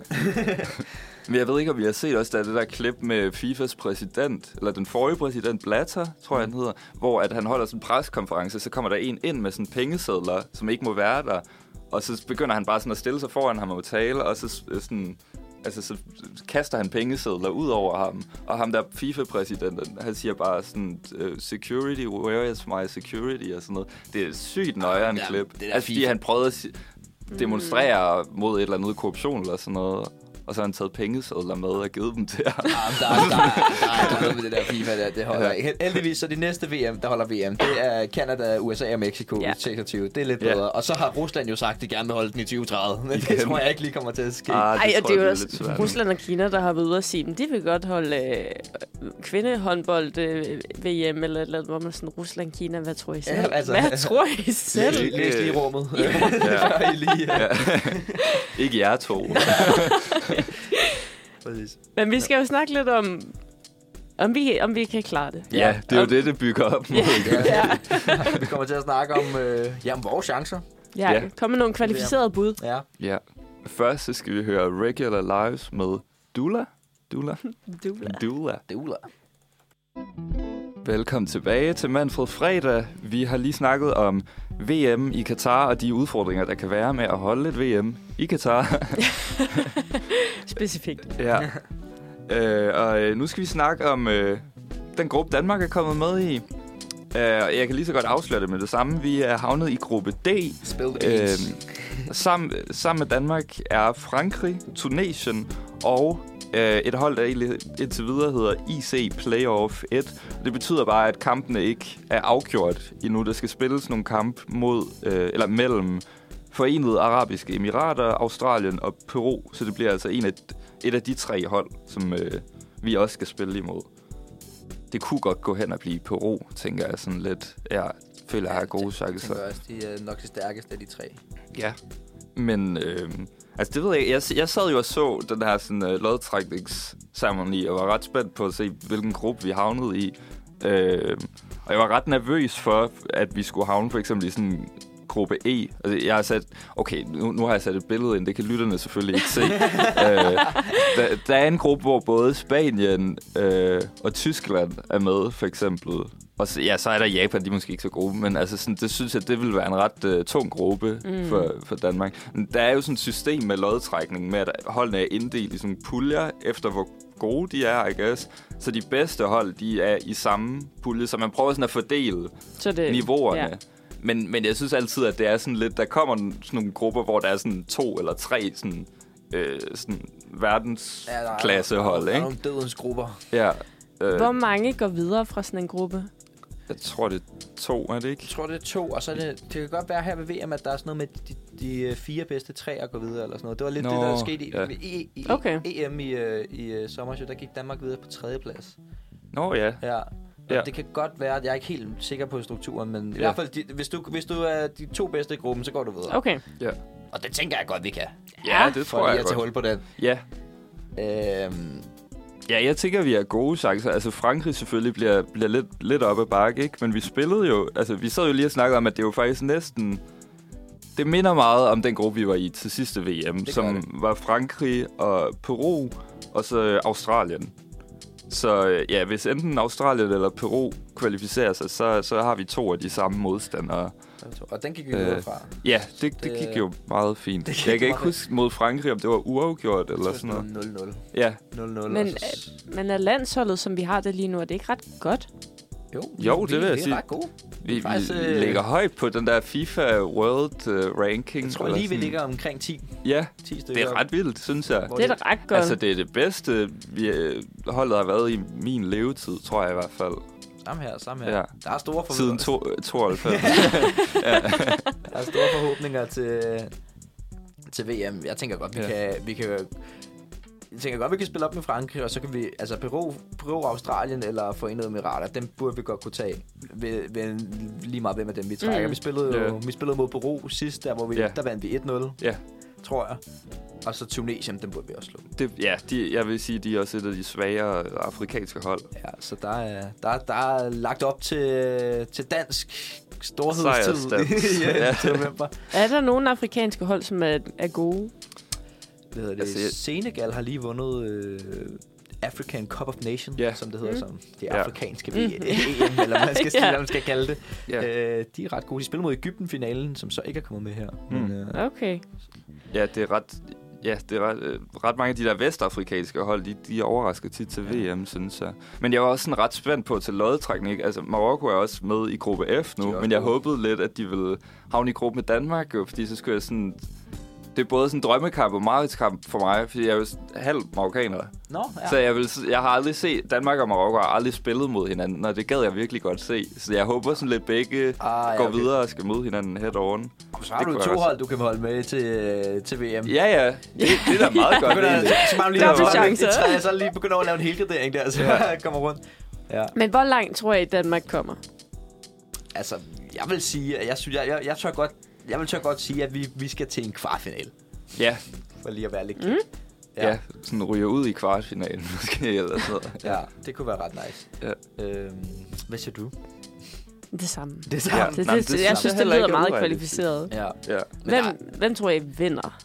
Men jeg ved ikke, om vi har set også, der er det der klip med FIFAs præsident, eller den forrige præsident, Blatter, tror jeg, han hedder, hvor at han holder sådan en preskonference, så kommer der en ind med sådan pengesedler, som ikke må være der. Og så begynder han bare sådan at stille sig foran ham og tale, og så sådan, altså så kaster han pengesedler ud over ham. Og ham der FIFA-præsidenten, han siger bare sådan, security, where is my security, og sådan noget. Det er sygt nøjere en ja, klip. Altså fordi han prøvede at demonstrere mm. mod et eller andet korruption eller sådan noget. Og så har han taget pengesedler med og givet dem til ham. Ja, der, der, der, der er noget med det der FIFA der. Det holder ja. Heldigvis, så de næste V M, der holder V M, det er Canada, U S A og Mexico ja. i seksogtyve. Det er lidt bedre. Ja. Og så har Rusland jo sagt, at de gerne vil holde den i tyve tredive. Men det tror jeg ikke lige kommer til at ske. Ah, Ej, og det er jo også Rusland og Kina, der har været ude at sige, at de vil godt holde øh, kvindehåndbold øh, V M, eller, eller hvor man sådan, Rusland, Kina, hvad tror I selv? Ja, altså, hvad tror I selv? Læs lige rummet. Ja. Ja. lige, ja. Ja. Ikke jer to. Men vi skal jo snakke lidt om, om vi, om vi kan klare det. Ja, det er jo om, det, det bygger op mod. Ja. Ja. Vi kommer til at snakke om, øh, ja, om vores chancer. Ja, ja. Kom med nogle kvalificerede bud. Ja. Ja. Først så skal vi høre Regular Lives med Dula. Dula. Dula. Dula. Dula. Velkommen tilbage til Manfred Fredag. Vi har lige snakket om V M i Katar og de udfordringer, der kan være med at holde et V M i Katar. Specifikt. Ja. Øh, og nu skal vi snakke om øh, den gruppe, Danmark er kommet med i. Uh, jeg kan lige så godt afsløre det med det samme. Vi er havnet i gruppe D. Uh, sammen, sammen med Danmark er Frankrig, Tunesien og øh, et hold, der egentlig indtil videre hedder I C Playoff et. Det betyder bare, at kampene ikke er afgjort endnu. Der skal spilles nogle kamp mod, øh, eller mellem Forenede Arabiske Emirater, Australien og Peru. Så det bliver altså en af, et af de tre hold, som øh, vi også skal spille imod. Det kunne godt gå hen og blive Peru, tænker jeg sådan lidt. Jeg føler, jeg har gode chancer. Jeg også, de er nok det stærkeste af de tre. Ja, men øh, altså det ved jeg, jeg jeg sad jo og så den her sådan uh, lodtrækningsceremoni og var ret spændt på at se, hvilken gruppe vi havnede i. Øh, og jeg var ret nervøs for, at vi skulle havne for eksempel i sådan gruppe E. Altså, jeg har sat, okay, nu, nu har jeg sat et billede ind, det kan lytterne selvfølgelig ikke se. øh, der, der er en gruppe, hvor både Spanien øh, og Tyskland er med, for eksempel. Og så, ja, så er der Japan, de er måske ikke så gode, men altså, sådan, det synes jeg, det vil være en ret uh, tung gruppe mm. for, for Danmark. Men der er jo sådan et system med lodtrækning, med at holdene er inddelt i sådan puljer, efter hvor gode de er, I guess. Så de bedste hold, de er i samme pulje, så man prøver sådan at fordele så det, niveauerne. Ja. Men, men jeg synes altid, at det er sådan lidt, der kommer sådan nogle grupper, hvor der er sådan to eller tre sådan, øh, sådan verdensklassehold, ja, ikke? Der er nogle dødens grupper. Ja. Øh, Hvor mange går videre fra sådan en gruppe? Jeg tror, det er to, er det ikke? Jeg tror, det er to, og så er det, det kan godt være her ved V M, at der er sådan noget med de, de fire bedste træer går videre, eller sådan noget. Det var lidt Nå, det, der skete i, ja. i, i okay. E M i, i, i sommer, så der gik Danmark videre på tredje plads. Nå ja. Ja. Ja. Det kan godt være, at jeg er ikke helt sikker på strukturen, men ja. i hvert fald, de, hvis, du, hvis du er de to bedste i gruppen, så går du videre. Okay. Ja. Og det tænker jeg godt, vi kan. Ja, ja det tror jeg, jeg godt. For at hul på den. Ja. Øhm. Ja, jeg tænker, vi har gode chancer. Altså, Frankrig selvfølgelig bliver, bliver lidt, lidt oppe ad bakke, ikke? Men vi spillede jo... Altså, vi sad jo lige og snakkede om, at det jo faktisk næsten... Det minder meget om den gruppe, vi var i til sidste V M, som det. var Frankrig og Peru, og så Australien. Så ja, hvis enten Australien eller Peru kvalificerer sig, så, så har vi to af de samme modstandere. Og den gik vi videre fra. Ja, det, det gik jo meget fint. Gik jeg kan ikke huske mod Frankrig, om det var uafgjort eller sådan noget. nul nul. Ja. nul nul. Men, men er landsholdet, som vi har det lige nu, er det ikke ret godt? Jo, jo det vi, vil jeg vi sige. Er ret gode. Vi, vi faktisk, øh... ligger højt på den der FIFA World uh, Ranking. Jeg tror lige, vi ligger omkring ti. Ja, ti det er ret vildt, synes jeg. Det er da ret godt. Altså, det er det bedste, vi holdet har været i min levetid, tror jeg i hvert fald. Samme her, samme her. Ja. Der er store forhåbninger. Siden tooghalvfems. Ja. Der er store forhåbninger til, til V M. Jeg tænker godt, vi ja. kan... Vi kan Jeg tænker godt, vi kan spille op med Frankrig, og så kan vi, altså Peru, Peru Australien eller Forenede Emirater, dem burde vi godt kunne tage ved, ved lige meget hvem af dem vi trækker. Mm. Vi spillede jo, yeah. vi spillede mod Peru sidst, der hvor vi, yeah. der vandt vi et nul, yeah. tror jeg. Og så Tunesien, dem burde vi også slå. Det, ja, de, jeg vil sige, de er også et af de svagere afrikanske hold. Ja, så der er, der, der er lagt op til, til dansk storhedstid ja, ja. til november. Er der nogle afrikanske hold, som er, er gode? Det hedder det. Altså, Senegal har lige vundet øh, African Cup of Nations, yeah. som det hedder, mm. som det yeah. afrikanske mm. E M, eller man skal, yeah. man skal kalde det. Yeah. Øh, de er ret gode. De spiller mod Egypten-finalen, som så ikke er kommet med her. Mm. Men, øh, okay. Ja, det er ret... Ja, det er ret, øh, ret mange af de der vestafrikanske hold, de, de overrasker tit til ja. V M, synes jeg. Men jeg var også sådan ret spændt på til lodtrækning. Altså, Marokko er også med i gruppe F nu, men jeg håbede lidt, at de ville havne i gruppe med Danmark, jo, fordi så skulle jeg sådan... Det er både sådan en drømmekamp og mareridskamp for mig, fordi jeg er jo halv marokkaner. Nå, ja. Så jeg, vil, jeg har aldrig set... Danmark og Marokko har aldrig spillet mod hinanden, og det gad jeg virkelig godt se. Så jeg håber sådan lidt begge ah, ja, går okay. videre og skal møde hinanden head on. Så har det du to hold, også... du kan holde med til, til V M. Ja, ja. Det, det er da meget godt. Så man lige der så lige begynder at lave en helgradering der, så ja. kommer rundt. Ja. Men hvor langt tror jeg, Danmark kommer? Altså, jeg vil sige, at jeg, synes, jeg, jeg, jeg tør godt... Jeg vil tør godt sige, at vi, vi skal til en kvartfinale. Ja. For lige at være lidt mm. Ja. ja, sådan ryger ud i kvartfinalen måske, eller sådan. Ja, det kunne være ret nice. Ja. Øhm, hvad siger du? Det samme. Det samme. Ja, det, det, det, det, jeg synes, det lyder meget kvalificeret. Ja. Ja. Hvem, der... hvem tror I vinder?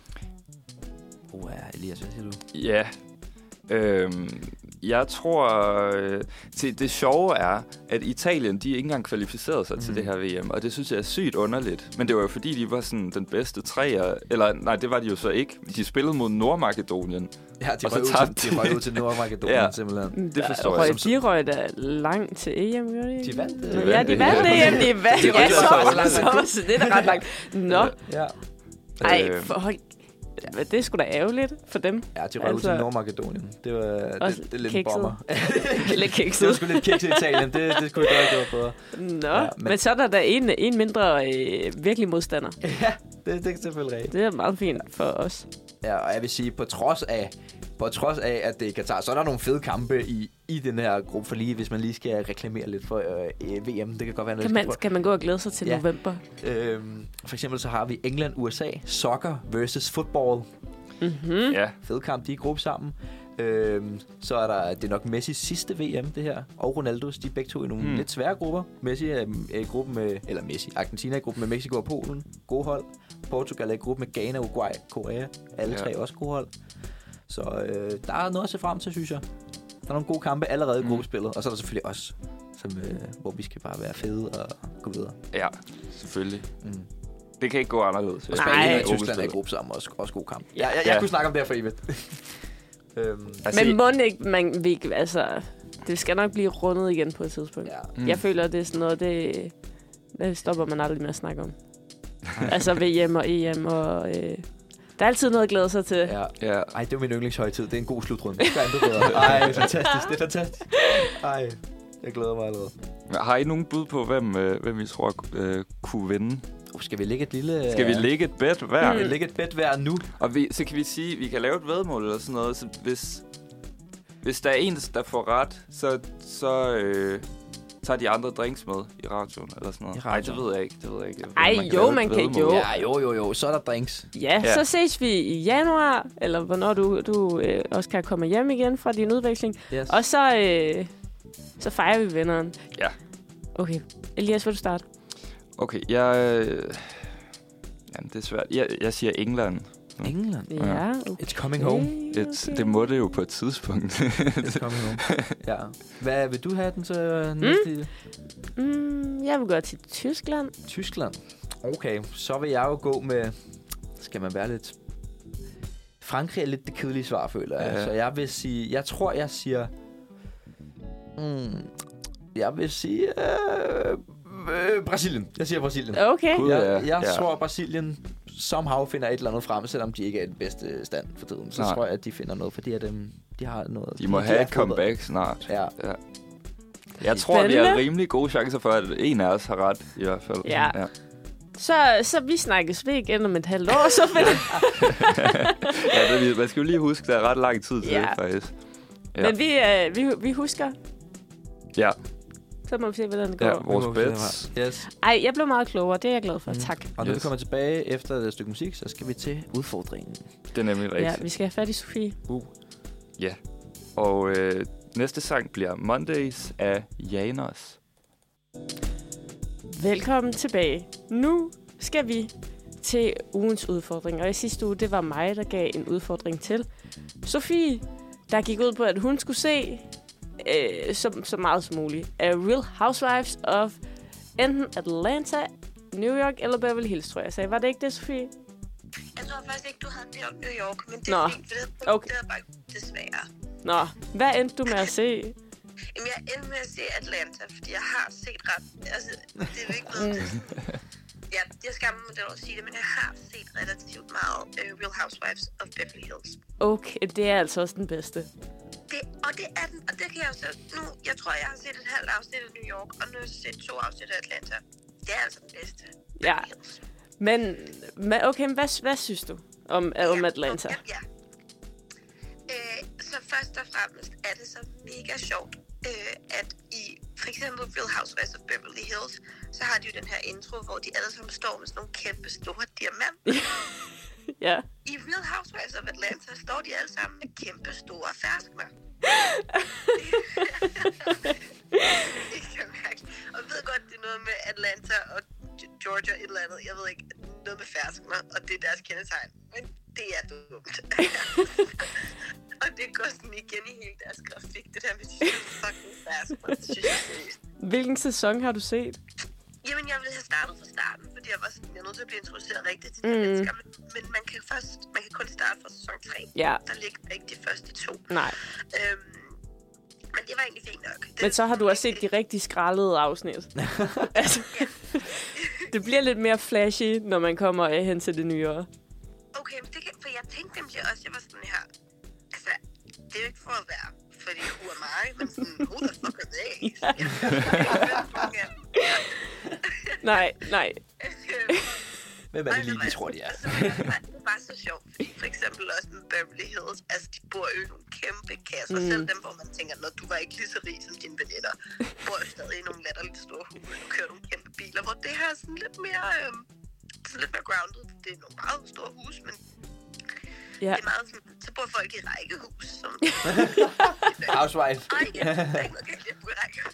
Uh, Elias, hvad siger du? Ja. Øhm, jeg tror... Øh, til det sjove er, at Italien, de ikke engang kvalificerede sig mm. til det her V M, og det synes jeg er sygt underligt. Men det var jo fordi, de var sådan den bedste træer. Eller nej, det var de jo så ikke. De spillede mod Nordmakedonien. Ja, de røg ud, til, de røg ud til Nordmakedonien ja, simpelthen. Det forstår jeg. De røg da langt til E M, gjorde de ikke? De vandt det. Ja, de vandt E M, de vandt. De ja, så, så, så, så, det er da ret langt. Nå. Ja. Ej, for hold... Ja. Det er sgu da ærgerligt for dem. Ja, de røg altså, ud til Nordmakedonien. Det var det, det er lidt en bomber. Lidt kikset. Det var sgu lidt kikset i Italien. Det, det skulle jeg gøre, det var bedre. Nå, ja, men... men så er der da en, en mindre øh, virkelig modstander. Ja, det, det er selvfølgelig rigtigt. Det er meget fint for os. Ja, og jeg vil sige, på trods af, på trods af at det er Katar, så er der nogle fede kampe i, i den her gruppe, for lige, hvis man lige skal reklamere lidt for øh, V M. Det kan godt være noget, kan man, kan man gå og glæde sig til ja. november? Øhm, for eksempel så har vi England U S A, soccer versus football. Mm-hmm. Ja. Fed kamp, de er i gruppe sammen. Øhm, så er der, det er nok Messis sidste V M, det her, og Ronaldos, de er begge to i nogle hmm. lidt svære grupper. Messi er i gruppen med, eller Messi, Argentina er i gruppen med Mexico og Polen, gode hold. Portugal er i gruppen med Ghana, Uruguay, Korea, alle ja. tre også gode hold. Så øh, der er noget at se frem til, synes jeg. Der er nogle gode kampe allerede i mm. gruppespillet, og så er der selvfølgelig os, som, øh, hvor vi skal bare være fede og gå videre. Ja, selvfølgelig. Mm. Det kan ikke gå anderledes. Og Spanien og Tyskland er i gruppe sammen, også, også god kamp. Ja, jeg, jeg, jeg ja. kunne snakke om det her for evigt. øhm. altså, Men må ikke, man vi, altså, det skal nok blive rundet igen på et tidspunkt. Ja. Mm. Jeg føler, det er sådan noget, det, det stopper man aldrig med at snakke om. Altså V M og E M og... Øh, der er altid noget at glæde sig til. Ja. Ja. Ej, det var min yndlingshøjtid. Det er en god slutrunde. Det er bedre. Ej, det er fantastisk. Det er fantastisk. Ej, jeg glæder mig allerede. Har I nogen bud på, hvem, øh, hvem I tror øh, kunne vinde? Uh, skal vi lægge et lille... Skal vi lægge et bet hver? Skal vi lægge et bet hver nu? Og vi, så kan vi sige, at vi kan lave et væddemål eller sådan noget. Så hvis, hvis der er en, der får ret, så... så øh, tager de andre drinks med i radioen eller sådan noget. Nej, det ved jeg ikke. Det ved jeg ikke. Ej, man jo, man kan jo. Ja, jo, jo, jo. Så er der drinks. Ja, ja, så ses vi i januar, eller hvornår du, du øh, også kan komme hjem igen fra din udveksling. Yes. Og så, øh, så fejrer vi vinderen. Ja. Okay. Elias, vil du starte? Okay, jeg... Øh, jamen, det er svært. Jeg, jeg siger England. England? Ja, okay. It's coming home. It's, det må det jo på et tidspunkt. It's coming home. Ja. Hvad vil du have den så næste? Mm. Mm, jeg vil gå til Tyskland. Tyskland? Okay, så vil jeg jo gå med... Skal man være lidt... Frankrig er lidt det kedelige svar, føler jeg. Ja. Så jeg vil sige... Jeg tror, jeg siger... Mm, jeg vil sige... Øh, øh, Brasilien. Jeg siger Brasilien. Okay. Jeg, jeg ja. tror, Brasilien... somehow finder et eller andet frem, selvom de ikke er i den bedste stand for tiden. Så Nej. tror jeg, at de finder noget, fordi at, um, de har noget... De må de have et comeback snart. Ja. ja. Jeg tror, Spændende. vi har rimelig gode chancer for, at en af os har ret, i hvert fald. Ja. ja. Så, så vi snakkes ved igen om et halvt år, så finder ja, det, man skal jo lige huske, der er ret lang tid til ja. det, faktisk. Ja. Men vi, øh, vi, vi husker. Ja. Så må vi se, hvordan det går. Ja, vores bets. Yes. Ej, jeg blev meget klogere. Det er jeg glad for. Mm. Tak. Og når yes. vi kommer tilbage efter et stykke musik, så skal vi til udfordringen. Det er nemlig rigtigt. Ja, vi skal have fat i Sofie. Uh. Ja. Og øh, næste sang bliver Mondays af Janos. Velkommen tilbage. Nu skal vi til ugens udfordring. Og i sidste uge, det var mig, der gav en udfordring til Sofie, der gik ud på, at hun skulle se... Øh, så, så meget som muligt. Uh, Real Housewives of enten Atlanta, New York eller Beverly Hills, tror jeg. Så var det ikke det, Sofie? Jeg tror faktisk ikke, du havde nævnt New York, men det Nå. er fint, for det, okay. det er bare desværre. Nå, hvad endte du med at se? Jamen, jeg endte med at se Atlanta, fordi jeg har set ret... Altså, det er jo ikke noget... ja, jeg skammer mig over at sige det, men jeg har set relativt meget uh, Real Housewives of Beverly Hills. Okay, det er altså også den bedste. Det, og det er den, og det kan jeg jo så... Nu, jeg tror, jeg har set et halvt afsnit af New York, og nu har jeg set to afsnit af Atlanta. Det er altså den bedste. Ja, men... men okay, men hvad, hvad synes du om, om ja, Atlanta? Ja, ja. Øh, så først og fremmest er det så mega sjovt, øh, at i for eksempel Real Housewives of Beverly Hills, så har de jo den her intro, hvor de alle sammen står med sådan nogle kæmpe store diamanter. Ja. I Real Housewives of Atlanta står de alle sammen med kæmpe store ferskner. Det er mærkeligt. Og jeg ved godt, det er noget med Atlanta og Georgia et eller andet. Jeg ved ikke, noget med ferskner, og det er deres kendetegn. Men det er dumt. Og det går sådan igen i hele deres grafik, det der med de fucking ferskner. Det synes jeg seriøst. Hvilken sæson har du set? Jamen, jeg ville have startet fra starten, fordi jeg var sådan, jeg er nødt til at blive introduceret rigtigt til de mm. mennesker. Men, men man kan først, man kan kun starte fra sæson tre. Ja. Der ligger ikke de første to. Nej. Øhm, men det var egentlig fint nok. Det, men så har du også set de rigtig skraldede afsnit. altså, det bliver lidt mere flashy, når man kommer hen til det nyere. Okay, men det kan, for jeg jeg også, jeg var sådan her, altså, det er jo ikke for at være, fordi who am I, men sådan, who the fuck are they? Ja. Nej, nej. Hvem er det lige, de tror, de er? Altså, det er bare så sjovt, fordi for eksempel også med Beverly Hills, altså de bor jo i nogle kæmpe kasser, mm. selv dem, hvor man tænker, når du var ikke lige så rig som dine veninder, bor jo stadig i nogle latterligt store huse, og kører nogle kæmpe biler, hvor det her er sådan lidt mere, øhm, sådan lidt mere grounded. Det er nogle meget store huse, men ja. det er meget sådan, så bor folk i rækkehus, som... Housewife. Ej, ja, der er ikke noget galt, at bo i rækkehus.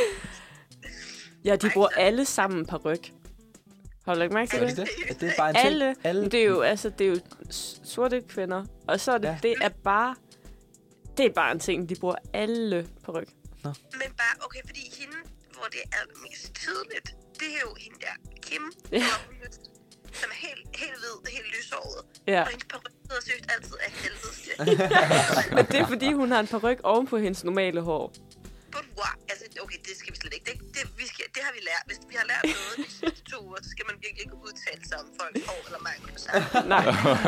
Ja, de bor alle sammen på ryg. Holder du ikke mærke til Er det? det det? Er det bare en ting? Alle. Alle. Det er jo, altså, det er jo sorte kvinder. Og så er det, Ja. det er bare... Det er bare en ting, de bruger alle på ryg. Men bare, okay, fordi hende, hvor det er mest tydeligt, det er jo hende der, Kim, Ja. som er helt, helt hvid, helt lyshåret. Ja. Og hendes paryk sidder søgt altid af helvede til. Men det er, fordi hun har en paryk oven på hendes normale hår. But wow, altså, okay, det skal vi slet ikke. Det, det, vi skal, det har vi lært. Hvis vi har lært noget de sidste to uger, så skal man virkelig ikke udtale sig om folks hår eller mangel på sammen. Nej.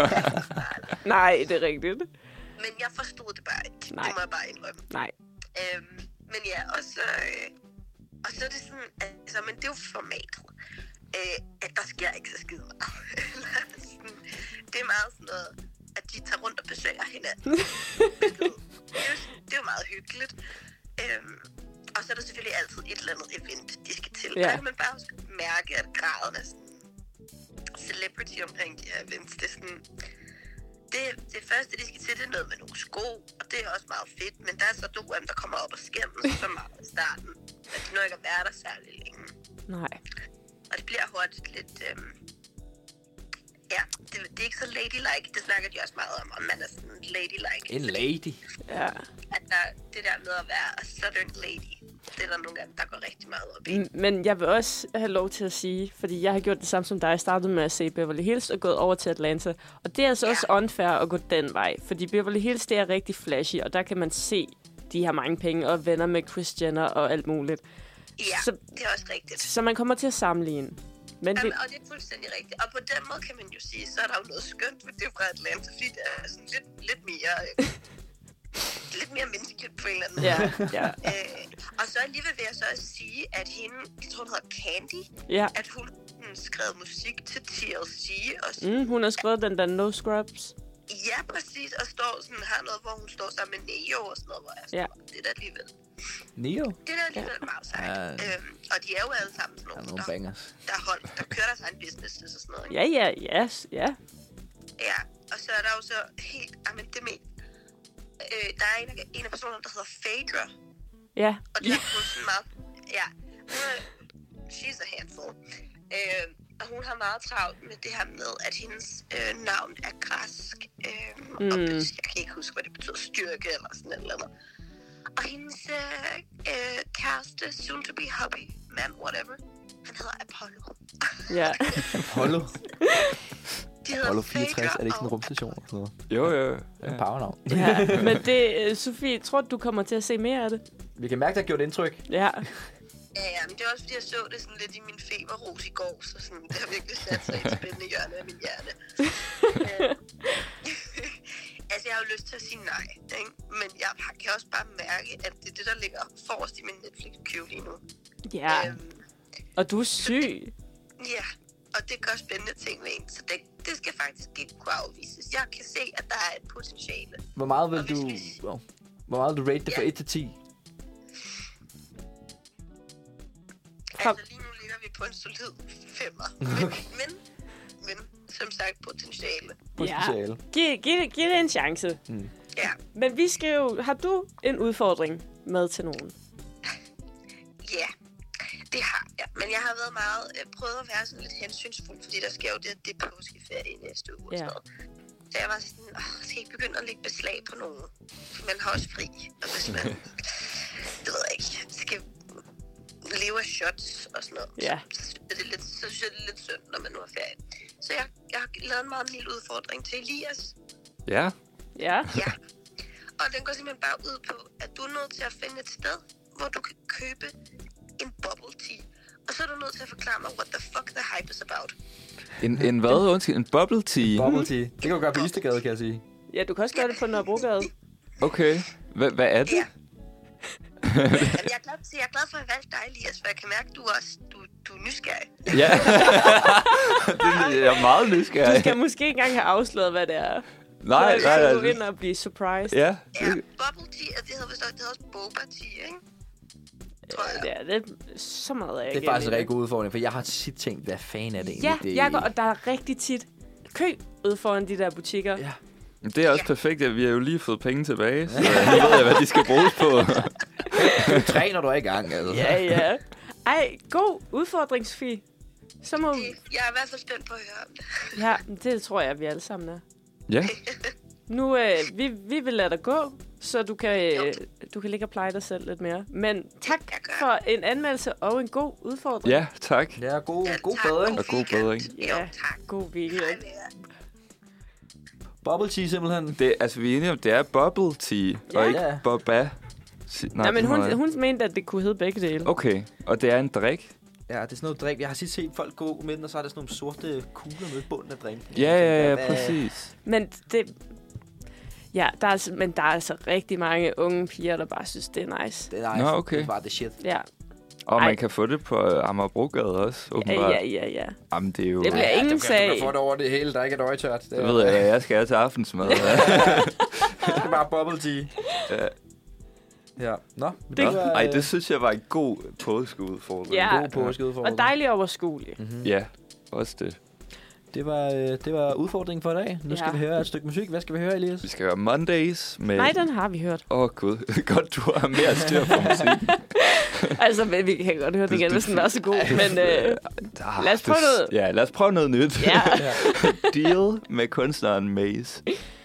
Nej, det er rigtigt. Men jeg forstod det bare ikke. Nej. Det må jeg bare indrømme. Nej. Øhm, men ja, og så, øh, og så er det sådan, altså, men det er jo formatet, øh, at der sker ikke så skide meget. Sådan, det er meget sådan noget, at de tager rundt og besøger hinanden. det, er jo, det er jo meget hyggeligt. Øhm, og så er der selvfølgelig altid et eller andet event, de skal til. Ja. Der kan man bare også mærke, at graden af sådan celebrity omkring de her events, det er sådan... Det, det første, de skal til, det er noget med nogle sko, og det er også meget fedt, men der er så to af dem, der kommer op og skændes så meget i starten, at de når ikke at være der særlig længe. Nej. Og det bliver hurtigt lidt... Øhm, ja, det, det er ikke så ladylike. Det snakker de også meget om, om man er sådan ladylike. En lady. Ja. At der, det der med at være a southern lady, det er der nogle af dem, der går rigtig meget op i. M- Men jeg vil også have lov til at sige, fordi jeg har gjort det samme som dig. Jeg startede med at se Beverly Hills og gået over til Atlanta. Og det er altså Ja. også unfair at gå den vej. Fordi Beverly Hills, det er rigtig flashy, og der kan man se, de har mange penge og venner med Kris Jenner og alt muligt. Ja, Så, det er også rigtigt. så man kommer til at sammenligne. Men det, Jamen, og det er fuldstændig rigtigt. Og på den måde kan man jo sige, så er der jo noget skønt ved det fra Atlanta, fordi det er sådan lidt, lidt mere... Øh, lidt mere menneskeligt på en eller anden ja, ja, Øh, og så alligevel vil jeg så også sige, at hende, jeg tror hun hedder Candy, ja. at hun har skrevet musik til T L C. Og så, Mm, hun har skrevet den der No Scrubs. ja, præcis, og står sådan, har noget, hvor hun står sammen med Neo og sådan noget, hvor jeg Ja. sådan, det er da alligevel, Neo. det er da alligevel ja. meget sejt. Ja. Øhm, og de er jo alle sammen sådan Der er nogle, nogle der, bangers. der, hold, der kører deres egen business og sådan noget. Ikke? Ja, ja, yes, ja. Ja, og så er der jo så helt, jamen det med, øh, der er en af, en af personerne, der hedder Phaedra, Ja, og det er hun sådan meget, ja, hun er, she's a handful. Øh, og hun har meget travlt med det her med, at hendes øh, navn er græsk. Øh, mm. Og jeg kan ikke huske, hvad det betyder, styrke eller sådan et eller andet. Og hendes øh, øh, kæreste, soon to be hubby, man, whatever, han hedder Apollo. ja. Apollo. De hedder Apollo fireogtres, Phaedra er det ikke sådan en og rumstation eller sådan noget? Jo, jo. Det er en powernavn. ja. Men det, øh, Sofie, tror du, du kommer til at se mere af det? Vi kan mærke, der har gjort indtryk. Ja. Ja, ja, men det er også fordi, jeg så det sådan lidt i min feberros i går, så sådan, det har virkelig sat sig i et spændende hjørne af min hjerne. øh, altså, jeg har jo lyst til at sige nej, ikke? Men jeg kan også bare mærke, at det er det, der ligger forrest i min Netflix-queue lige nu. Ja. Øhm, Og du er syg. ja, og det gør spændende ting ved en, så det, det skal faktisk ikke kunne afvises. Jeg kan se, at der er et potentiale. Hvor meget vil Og hvis du... vi- Wow. Hvor meget vil du rate det fra Ja. et til ti? Kom. Altså, lige nu ligger vi på en solid femmer. Okay. Men, men, men, som sagt, potentiale. Potentiale. Giv, giv, giv det en chance. Mm. Ja. Men vi skal jo... Har du en udfordring med til nogen? Ja, det har jeg. Men jeg har været meget øh, prøvet at være sådan lidt hensynsfuld, fordi der sker jo det, det er påskeferie i næste uge. Ja. Yeah. Så jeg var sådan, åh, jeg skal ikke begynde at lægge beslag på nogen. For man har også fri. Og hvis man, det ved jeg ikke, skal leve af shots og sådan noget, Ja. så, så, er det lidt, så synes jeg, det er lidt synd, når man nu er ferie. Så jeg, jeg har lavet en meget mild udfordring til Elias. Ja. Ja. Ja. Og den går simpelthen bare ud på, at du er nødt til at finde et sted, hvor du kan købe en bubble tea. Og så er du nødt til at forklare mig, what the fuck the hype is about. En, en hvad? Undskyld, en bubble tea? Bubble tea. Det kan du gøre på Istegade, kan jeg sige. Ja, du kan også gøre det på Nørrebrogade. Okay. Hva- hvad er det? Ja. Jamen, jeg, er glad, jeg er glad for at have valgt dig, Elias, for jeg kan mærke, at du, også, du, du er nysgerrig. Ja. det, jeg er meget nysgerrig. Du skal måske ikke engang have afsløret, hvad det er. Nej, så nej, kan du nej. ind og blive surprised. Ja. Ja, bubble tea, altså, det hedder vist også, det hedder også boba tea, ikke? Tror jeg. Ja, det er så meget af. Det er faktisk en rigtig god udfordring, for jeg har tit tænkt, hvad fanden er det egentlig? Ja, det... jeg går, og der er rigtig tit kø ude foran de der butikker. Ja. Det er også perfekt, at vi har jo lige fået penge tilbage, så nu ved jeg, hvad de skal bruges på. Du træner, du er i gang, altså. Ja, ja. Ej, god udfordringsfi. Så må... Det, jeg er i hvert fald spændt på at høre om det. Ja, det tror jeg, vi alle sammen er. Ja. Nu, øh, vi, vi vil lade dig gå, så du kan, øh, du kan ligge og pleje dig selv lidt mere. Men tak for en anmeldelse og en god udfordring. Ja, tak. Ja, god, Ja, god tak. bedring. Og god bedring. Jo, Ja, tak. god weekend. Hej med jer. Bubble tea simpelthen. Det, altså, vi er enige om, det er bubble tea, Ja. og ikke Ja. boba. Si- Nej, men det hun, må jeg- hun mente, at det kunne hedde begge dele. Okay, og det er en drik? Ja, det er sådan noget drik. Jeg har tit set folk gå med den, og så er der sådan nogle sorte kugler med i bunden af drinken. Ja, ja, ja, Hvad- præcis. Men det... Ja, der er, altså, men der er altså rigtig mange unge piger, der bare synes, det er nice. Det er nice. Nå, okay. Det er bare det shit. Ja, Og Ej. man kan få det på øh, Amagerbrogade også, ja, åbenbart. ja, ja. ja. Jamen, det er jo... Det bliver Ja, ingen du kan, sag. Du kan få det over det hele. Der er ikke et øjetørt. Det Det ved jeg, jeg skal have til aftensmad. Det er bare bubble tea. Ja. Ja. Nå, men Det- det var, Ej, det synes jeg var en god påskeudfordring. Ja. god påskeudfordring. Og dejligt overskueligt. Mm-hmm. Ja, også det. Det var, øh, det var udfordringen for i dag. Nu skal Ja. vi høre et stykke musik. Hvad skal vi høre, Elias? Vi skal høre Mondays med... Nej, den har vi hørt. Åh, oh, gud. Godt, du har mere styr på musik. Altså, men vi kan godt høre den Det- igen, det- hvis den er så god. Men øh, Ah, Lad os prøve det- noget. Ja, lad os prøve noget nyt. ja, Deal med kunstneren Maze.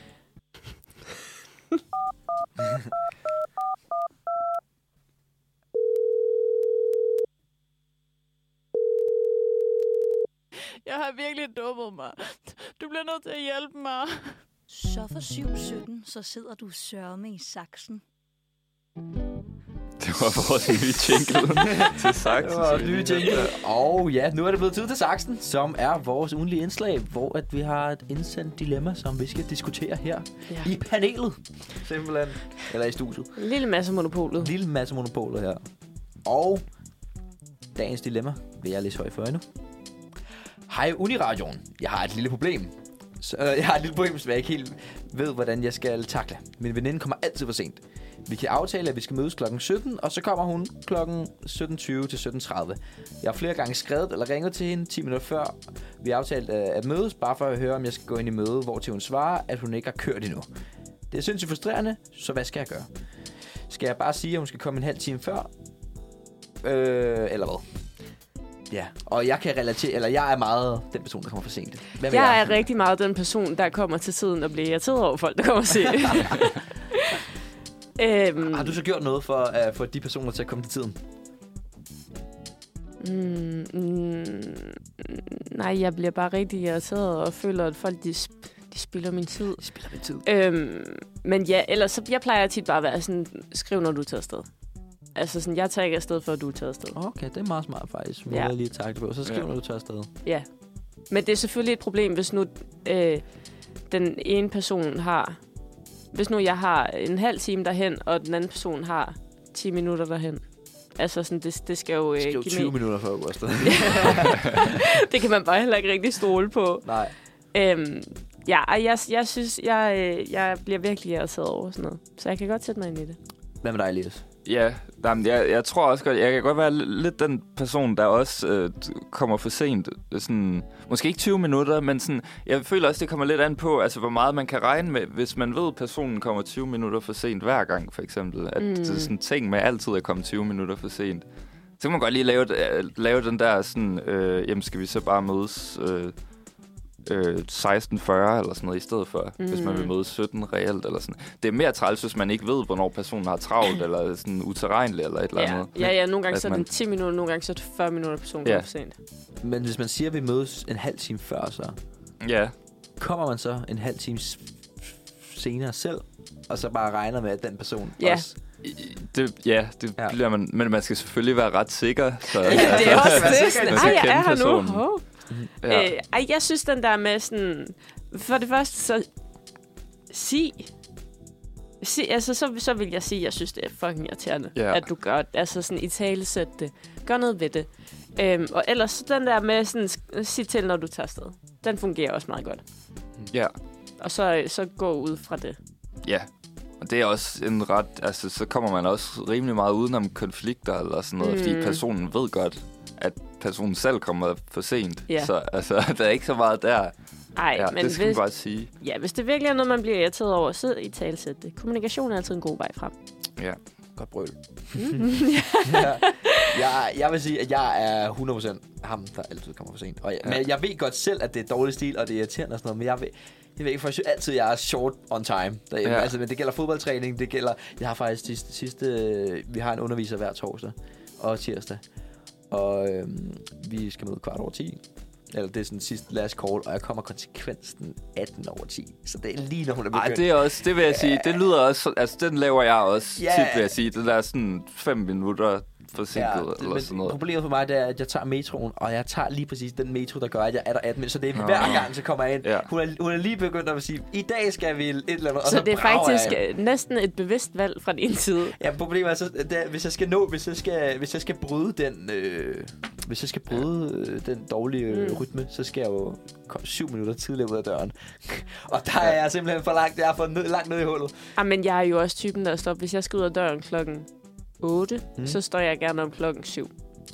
Jeg har virkelig dummet mig. Du bliver nødt til at hjælpe mig. Så for syv sytten, så sidder du sørme i saksen. Det var vores nye jingle til Saxen. Det var vores nye jingle. Og ja, nu er det blevet tid til Saxen, som er vores ugenlige indslag, hvor at vi har et indsendt dilemma, som vi skal diskutere her ja. i panelet. Simpelthen. Eller i studiet. En lille masse monopolet. En lille masse monopoler her. Og dagens dilemma vil jeg læse højt for jer nu. Hej Uniradioen. Jeg har et lille problem. Så, øh, jeg har et lille problem, som jeg ikke helt ved, hvordan jeg skal takle. Min veninde kommer altid for sent. Vi kan aftale, at vi skal mødes klokken sytten, og så kommer hun klokken sytten tyve til sytten tredive. Jeg har flere gange skrevet eller ringet til hende ti minutter før vi aftalte at mødes, bare for at høre, om jeg skal gå ind i møde, hvor til hun svarer, at hun ikke har kørt endnu. Det er sindssygt frustrerende, så hvad skal jeg gøre? Skal jeg bare sige, at hun skal komme en halv time før? Øh, eller hvad? Ja, og jeg kan relatere, eller jeg er meget den person, der kommer for sent. Hvad med Jeg jer? er rigtig meget den person, der kommer til tiden og bliver irriteret over folk, der kommer til. øhm, Har du så gjort noget for at uh, få de personer til at komme til tiden? mm, mm, nej, jeg bliver bare rigtig irriteret og føler, at folk de, sp- de spilder min tid. De spiller med tid. Øhm, men ja, ellers så jeg plejer tit bare at være sådan, skriv når du tager afsted. Altså sådan, jeg tager ikke afsted, før du tager afsted. Okay, det er meget smart faktisk. Må Ja. jeg lige takle på. Så skriv, Ja. når du tager afsted. Ja. Men det er selvfølgelig et problem, hvis nu øh, den ene person har... Hvis nu jeg har en halv time derhen, og den anden person har ti minutter derhen. Altså sådan, det, det skal jo øh, Skriv give tyve me- minutter før du går afsted. Det kan man bare heller ikke rigtig stole på. Nej. Øhm, ja, og jeg, jeg synes, jeg, øh, jeg bliver virkelig irriteret over sådan noget. Så jeg kan godt sætte mig ind i det. Hvad med dig, Elias? Ja, jamen, jeg, jeg tror også godt, jeg kan godt være lidt den person, der også øh, kommer for sent. Sådan, måske ikke tyve minutter, men sådan, jeg føler også, det kommer lidt an på, altså, hvor meget man kan regne med, hvis man ved, at personen kommer tyve minutter for sent hver gang, for eksempel. At Mm. det er sådan en ting med altid at komme tyve minutter for sent. Så kan man godt lige lave, lave den der sådan, øh, jamen skal vi så bare mødes... Øh, Øh, seksten fyrre eller sådan noget i stedet for, mm. hvis man vil møde sytten reelt eller sådan. Det er mere træls, hvis man ikke ved, hvornår personen har travlt eller sådan uterrenelig eller et eller Ja, andet. ja, ja nogle gange At så er det man- ti minutter, nogle gange så er det fyrre minutter, personen Ja. kommer for sent. Men hvis man siger, at vi mødes en halv time før, så Ja, kommer man så en halv time s- senere selv, og så bare regner med, at den person Ja. også... I- det, ja, det Ja. ja. bliver man, men man skal selvfølgelig være ret sikker. Så, Ja, det er også man det. skal Sådan, kende ej, jeg er her nu. personen. Hov. Ja. Øh, ej, jeg synes den der med sådan... For det første, så sig. sig altså, så, så vil jeg sige, at jeg synes, det er fucking irriterende, Ja. at du gør altså sådan i tale sæt det. Gør noget ved det. Øhm, og ellers så den der med sådan, sig til, når du tager afsted. Den fungerer også meget godt. Ja. Og så, så gå ud fra det. Ja. Og det er også en ret... Altså, så kommer man også rimelig meget udenom konflikter eller sådan noget, mm. fordi personen ved godt, at personen selv kommer for sent. Ja. Så altså, der er ikke så meget der. Ej, Ja, men det skal hvis, man bare sige. ja, hvis det virkelig er noget, man bliver irriteret over, så i tale sæt det. Kommunikation er altid en god vej frem. Ja. Godt brøl. Mm. ja. jeg, jeg vil sige, at jeg er hundrede procent ham, der altid kommer for sent. Og jeg, Ja. men jeg ved godt selv, at det er dårlig stil, og det er irriterende og sådan noget, men jeg ved, jeg ved ikke, for jeg synes altid, at jeg er short on time derhjemme. Ja. Altså, men det gælder fodboldtræning, det gælder... Jeg har faktisk sidste... sidste vi har en underviser hver torsdag og tirsdag, og øhm, vi skal møde kvart over ti. Eller det er sådan sidste last call, og jeg kommer konsekvensen atten over ti. Så det er lige, når hun er begyndt. Ej, det er også, det vil jeg sige, det lyder også, altså den laver jeg også Ja. tit, vil jeg sige. Den der sådan fem minutter forsinket Ja, eller men sådan noget. problemet for mig, det er, at jeg tager metroen, og jeg tager lige præcis den metro, der gør, at jeg er der atten minutter. Så det er Nå. hver gang, så kommer jeg ind. Ja. Hun, er, hun er lige begyndt at sige, i dag skal vi et eller andet. Og Så det er brager faktisk jeg ind. øh, næsten et bevidst valg fra din side. Ja, problemet er så, det er, hvis jeg skal nå, hvis jeg skal, hvis jeg skal bryde den, øh, hvis jeg skal bryde øh, den dårlige øh, Mm. rytme, så skal jeg jo komme syv minutter tidligere ud af døren. Og der er jeg simpelthen for langt, jeg er for ned, langt ned i hullet. Ah, men jeg er jo også typen, der stopper. Hvis jeg skal ud af døren klokken otte, Mm. mm. så står jeg gerne om klokken syv.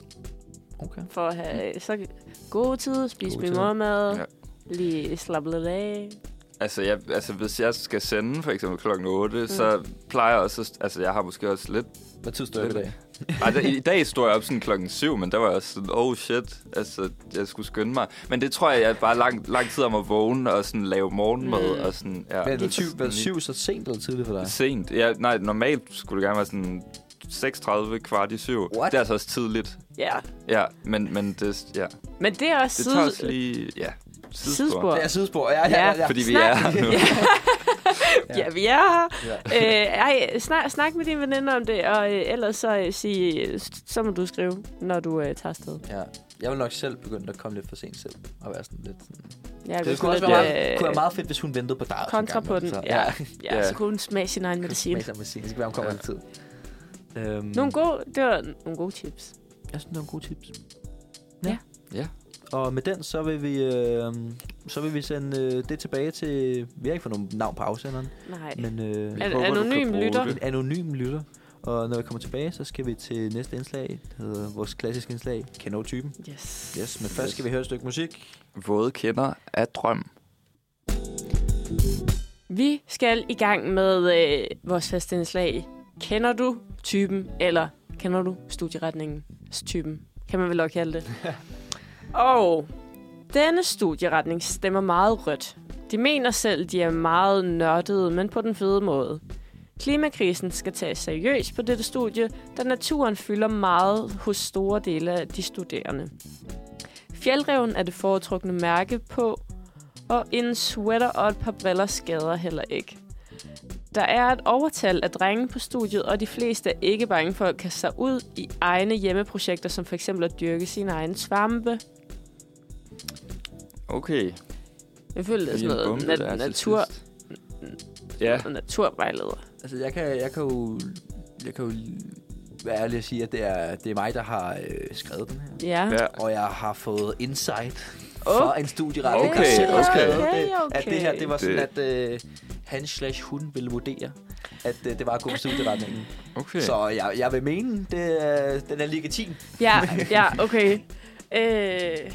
Okay. For at have så god tid, spise God min tid. morgenmad, Ja. ja. lige slappe lidt af. Altså, jeg, altså, hvis jeg skal sende for eksempel klokken otte, mm. så plejer jeg også, at- altså jeg har måske også lidt... Hvad tid står jeg i dag? Ej, der, i dag stod jeg op sådan klokken syv, men der var jeg også sådan, oh shit, altså jeg skulle skynde mig. Men det tror jeg, jeg bare lang, lang tid om at vågne og sådan lave morgenmad Mm. og sådan, ja. Men er det syv, Sådan hvad, lidt syv så sent eller tidligt for dig? Sent. Ja, nej, normalt skulle det gerne være sådan seks tredive, kvart i syv. What? Det er altså også tidligt. Ja. Ja, men, men det, ja. Men det er også det tager os lige, ja, sidespor. Det er sidespor, ja, ja, ja. ja. Fordi vi Snak. er her nu. Ja, vi er her. Ja. Øh, ej, snak, snak med dine veninder om det, og øh, ellers så, øh, sig, øh, så må du skrive, når du øh, tager afsted. Ja. Jeg vil nok selv begynde at komme lidt for sent selv. Og være sådan lidt sådan... Jeg Det kunne kunne også lidt, være meget, øh, kunne være meget fedt, hvis hun ventede på dig. også en kontra gang på den. imellem, så- Ja, Ja. ja, Ja. så kunne hun smage sin egen medicin. Smage sig medicin. Det skal være, hun kommer Ja. altid. Øhm, Nogle gode, det var nogle gode tips. Jeg synes, det er nogle gode tips. Ja. Ja. Og med den, så vil vi, øh, så vil vi sende øh, det tilbage til... Vi har ikke fået nogen navn på afsenderen, Nej. men øh, Vi An- håber, du kan anonym bruge lytter. det. en anonym lytter. Og når vi kommer tilbage, så skal vi til næste indslag. Det hedder vores klassiske indslag. Kender du typen? Yes. Yes, men først skal vi høre et stykke musik. Våde kender af drøm. Vi skal i gang med øh, vores faste indslag. Kender du typen, eller kender du studieretningen typen? Kan man vel også kalde det. Og denne studieretning stemmer meget rødt. De mener selv, de er meget nørdede, men på den fede måde. Klimakrisen skal tages seriøst på dette studie, da naturen fylder meget hos store dele af de studerende. Fjeldreven er det foretrukne mærke på, og en sweater og et par briller skader heller ikke. Der er et overtal af drenge på studiet, og de fleste er ikke bange for at kaste sig ud i egne hjemmeprojekter, som f.eks. at dyrke sine egne svampe. Okay. Jeg føler, det er Lige sådan en noget bombe nat- der til natur, sidst. Ja, naturvejleder. Altså, jeg kan, jeg kan jo... Jeg kan jo være ærlig at sige, at det er, det er mig, der har øh, skrevet den her. Ja. ja. Og jeg har fået insight Oh. for en studieretning. Okay, jeg selv har okay. skrevet Okay, det, okay. At det her, det var sådan, Det- at øh, han slash hun ville vurdere, at øh, det var at gå på studieretningen. Okay. Så jeg, jeg vil mene, det er, den er legitim. Ja, ja, okay. Øh,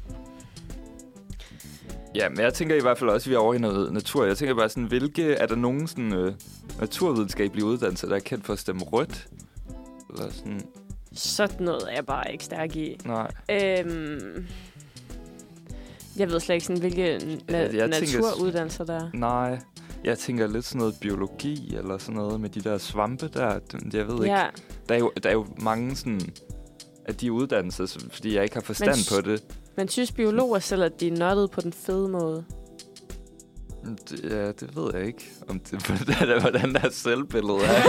Ja, men jeg tænker i hvert fald også, at vi er over i noget natur. Jeg tænker bare sådan, hvilke... Er der nogen sådan øh, naturvidenskabelige uddannelser, der er kendt for at stemme rødt? Eller sådan... sådan noget er jeg bare ikke stærk i. Nej. Øhm, jeg ved slet ikke, sådan, hvilke na- Jeg tænker- naturuddannelser der er. Nej. Jeg tænker lidt sådan noget biologi, eller sådan noget med de der svampe der. Jeg ved ikke. Ja, Der er jo, der er jo mange sådan... Af de uddannelser, så- fordi jeg ikke har forstand s- på det. men synes biologer selv, at de er nørdede på den fede måde? det. Ja, det ved jeg ikke. Om det, hvordan, hvordan deres selvbillede er.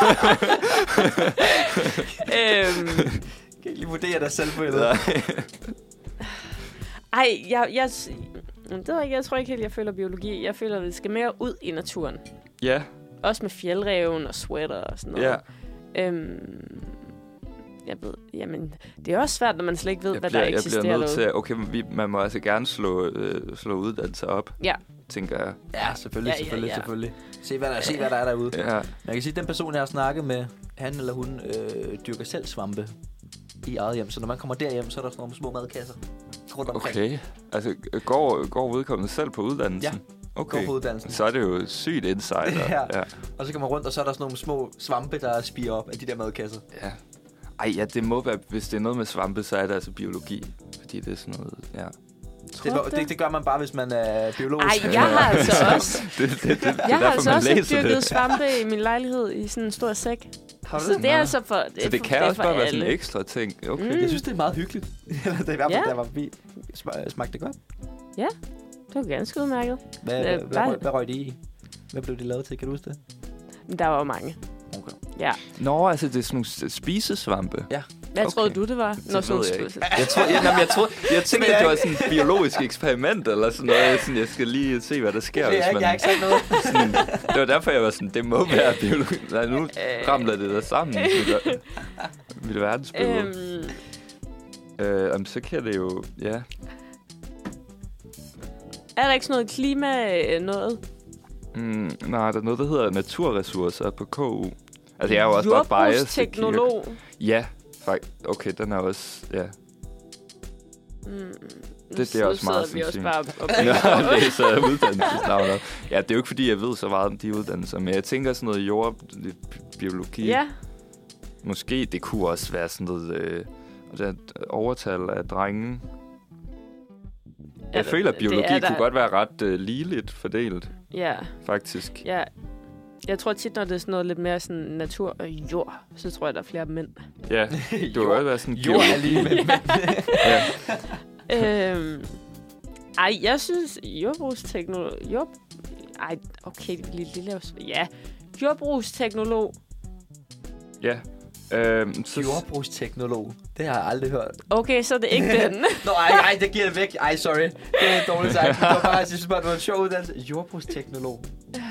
øhm, Kan ikke lige vurdere dig selv på det? Nej. ej, jeg, jeg, Det ved jeg ikke. Jeg tror ikke helt, jeg føler biologi. Jeg føler, at vi skal mere ud i naturen. Ja. Også med fjeldreven og sweater og sådan noget. Ja. Øhm, jeg ved, jamen, det er også svært, når man slet ikke ved, Jeg hvad bliver, der jeg eksisterer bliver nødt derude. til, okay, vi, man må altså gerne slå, øh, slå uddannelser op, Ja. tænker jeg. Ja, selvfølgelig, Ja, ja, selvfølgelig, ja. selvfølgelig. Se, hvad der, se, hvad der er derude. Ja. Jeg kan sige, at den person, jeg har snakket med, han eller hun øh, dyrker selv svampe i eget hjem. Så når man kommer derhjem, så er der sådan nogle små madkasser rundt omkring. Okay. Altså, går, går vedkommende selv på uddannelsen? Ja. Okay. Går på uddannelsen. Så er det jo sygt insider. Ja. Ja. Og så kan man rundt, og så er der sådan nogle små svampe, der spiger op af de der madkasser. Ja. Ej, ja, det må være, hvis det er noget med svampe, så er det altså biologi. Fordi det er sådan noget, ja. Det, du det, det gør man bare, hvis man er biolog. Ej, jeg har altså også, det, det, det, det, det jeg er har derfor, altså man også læser dyrket det. svampe i min lejlighed i sådan en stor sæk. Har du Så det? det er altså for... Det Så er det for, kan det er også for bare være alle. sådan en ekstra ting. Okay. Mm. Jeg synes, det er meget hyggeligt. det er i hvert fald, Ja. da jeg var forbi. Sma- Smagte det godt? Det var ganske udmærket. Hvad, Øh, hvad, bare- hvad, hvad røg det i? Hvad blev det lavet til? Kan du huske det? Men der var jo mange. Okay. Ja. Nå, altså det er sådan nogle s- spisesvampe. Hvad Okay. troede du, det var? Det Når sådan ved jeg skulle- ikke. Jeg, tror, jeg, jamen, jeg, tror, jeg tænkte, at det var sådan et biologisk eksperiment, eller sådan noget. Sådan, jeg skal lige se, hvad der sker, Det er hvis ikke, man... jeg har ikke sagt noget. Sådan, det var derfor, jeg var sådan, det må være biologi. Nej, nu ramler det der sammen. Mit, mit verdensbillede. Øhm, Øh, jamen, så kan det jo... Ja. er der ikke sådan noget klima øh, noget? Mm, nej, der er noget, der hedder naturressourcer på K U. Altså, jeg er jo også bare biased. Jordbrugsteknolog. Ja, faktisk. Okay, den er også... Ja. Mm. det er også meget vi også sandsynligt. bare op. Jeg læser uddannelsesnavnet. Ja, det er jo ikke, fordi jeg ved så meget om de uddannelser, men jeg tænker sådan noget jord, lidt biologi. Ja, Måske det kunne også være sådan noget øh, det overtal af drenge. Jeg Eller, føler, at det biologi er der- kunne godt være ret øh, ligeligt fordelt, ja, faktisk. ja. Jeg tror tit, når det er sådan noget lidt mere sådan natur og jord, så tror jeg, der er flere mænd. Ja, det kunne godt være sådan Jord er lige med. Ja. øhm, ej, jeg synes, jordbrugsteknolog... Jord, ej, okay, det bliver lidt lille. Ja, jordbrugsteknolog. Ja. Øhm, så, Jordbrugsteknolog. Det har jeg aldrig hørt. Okay, så er det ikke den. Nå, ej, ej, det giver det væk. Ej, sorry. Det er dårligt sagt. Det var bare, jeg synes bare, det var en sjov uddannelse. Jordbrugsteknolog.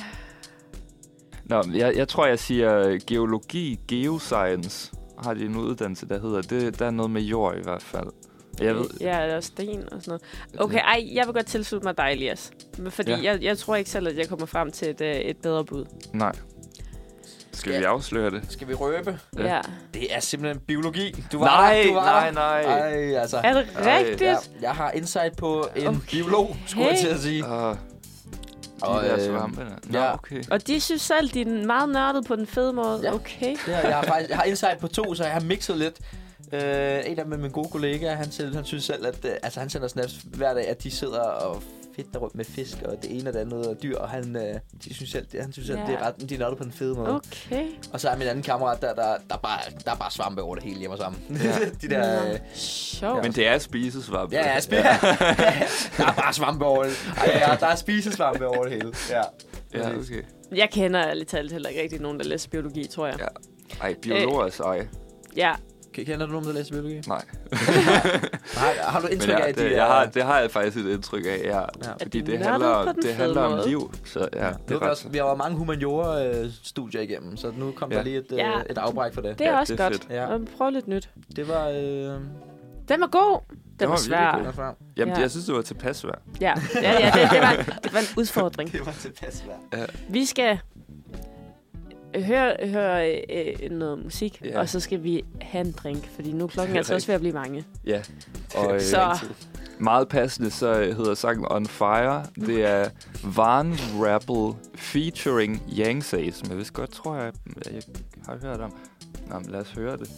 Nå, jeg, jeg tror, jeg siger geologi, geoscience. Har de en uddannelse, der hedder det? Der er noget med jord i hvert fald. Jeg ved, Ja, og sten og sådan noget. Okay, ej, jeg vil godt tilslutte mig dig, Elias. Fordi Ja. ja. jeg, jeg tror ikke selv, at jeg kommer frem til et, øh, et bedre bud. nej. Skal vi afsløre det? Skal vi røbe? Ja. Ja. Det er simpelthen biologi. Du var Nej, der, du var nej, der. nej. Ej, altså. Er det Ej, rigtigt? Ja, jeg har insight på en Okay. biolog, skulle jeg til at sige. Og de Og, der øh, svampe. Nå, ja. okay. Og de synes selv, de er meget nørdet på den fede måde. Ja. Okay. Det her, jeg har faktisk jeg har insight på to, så jeg har mixet lidt. Uh, en af dem med min gode kollega, han, selv, han synes selv, at uh, altså, han sender snaps hver dag, at de sidder og fedter rundt med fisk og det ene og det andet og dyr, og han, uh, de synes selv, det, han synes, Ja. at det er ret, de er nørdet på en fed måde. Okay. Og så er min anden kammerat, der, der, der, bare, der er bare svampe over det hele hjemme sammen. Ja. de der... Nå, Uh, sjovt. Men det er spisesvampe. ja, ja, spi- der er bare svampe over det. Ej, ja, der er spisesvampe over det hele. Ja. Ja, Præcis. okay. Jeg kender ærligt talt heller ikke rigtig nogen, der læser biologi, tror jeg. Ja. Ej, biologer er seje. Ja. Kender du nogen, der læser biologi? Nej. Har, har du Men indtryk ja, af, at de det, er... jeg har, det har jeg faktisk et indtryk af, ja. Ja. Fordi de det nørder handler, på den det fede handler om måde. liv. Så ja, Nu det er er også, ret. vi har jo mange humaniora-studier igennem, så nu kom Ja. der lige et, Ja. ja. et afbræk for det. Det er Ja, også det er godt. fedt. Ja. Ja. Prøv lidt nyt. Det var... Øh, Den var god. Den var var svær. virkelig derfra. Jamen, Ja. jeg synes, det var tilpas svært. Ja, ja, ja det, det, var, det var en udfordring. Det var tilpas svært. Vi skal høre, høre øh, noget musik, Ja. og så skal vi have en drink, fordi nu er klokken Det er altså også ved at blive mange. Ja. Og øh, Så meget passende, så hedder sangen On Fire. Det er Van Rappel featuring Yangtze, som jeg vist godt tror, jeg, jeg har hørt om. Nå, men lad os høre det.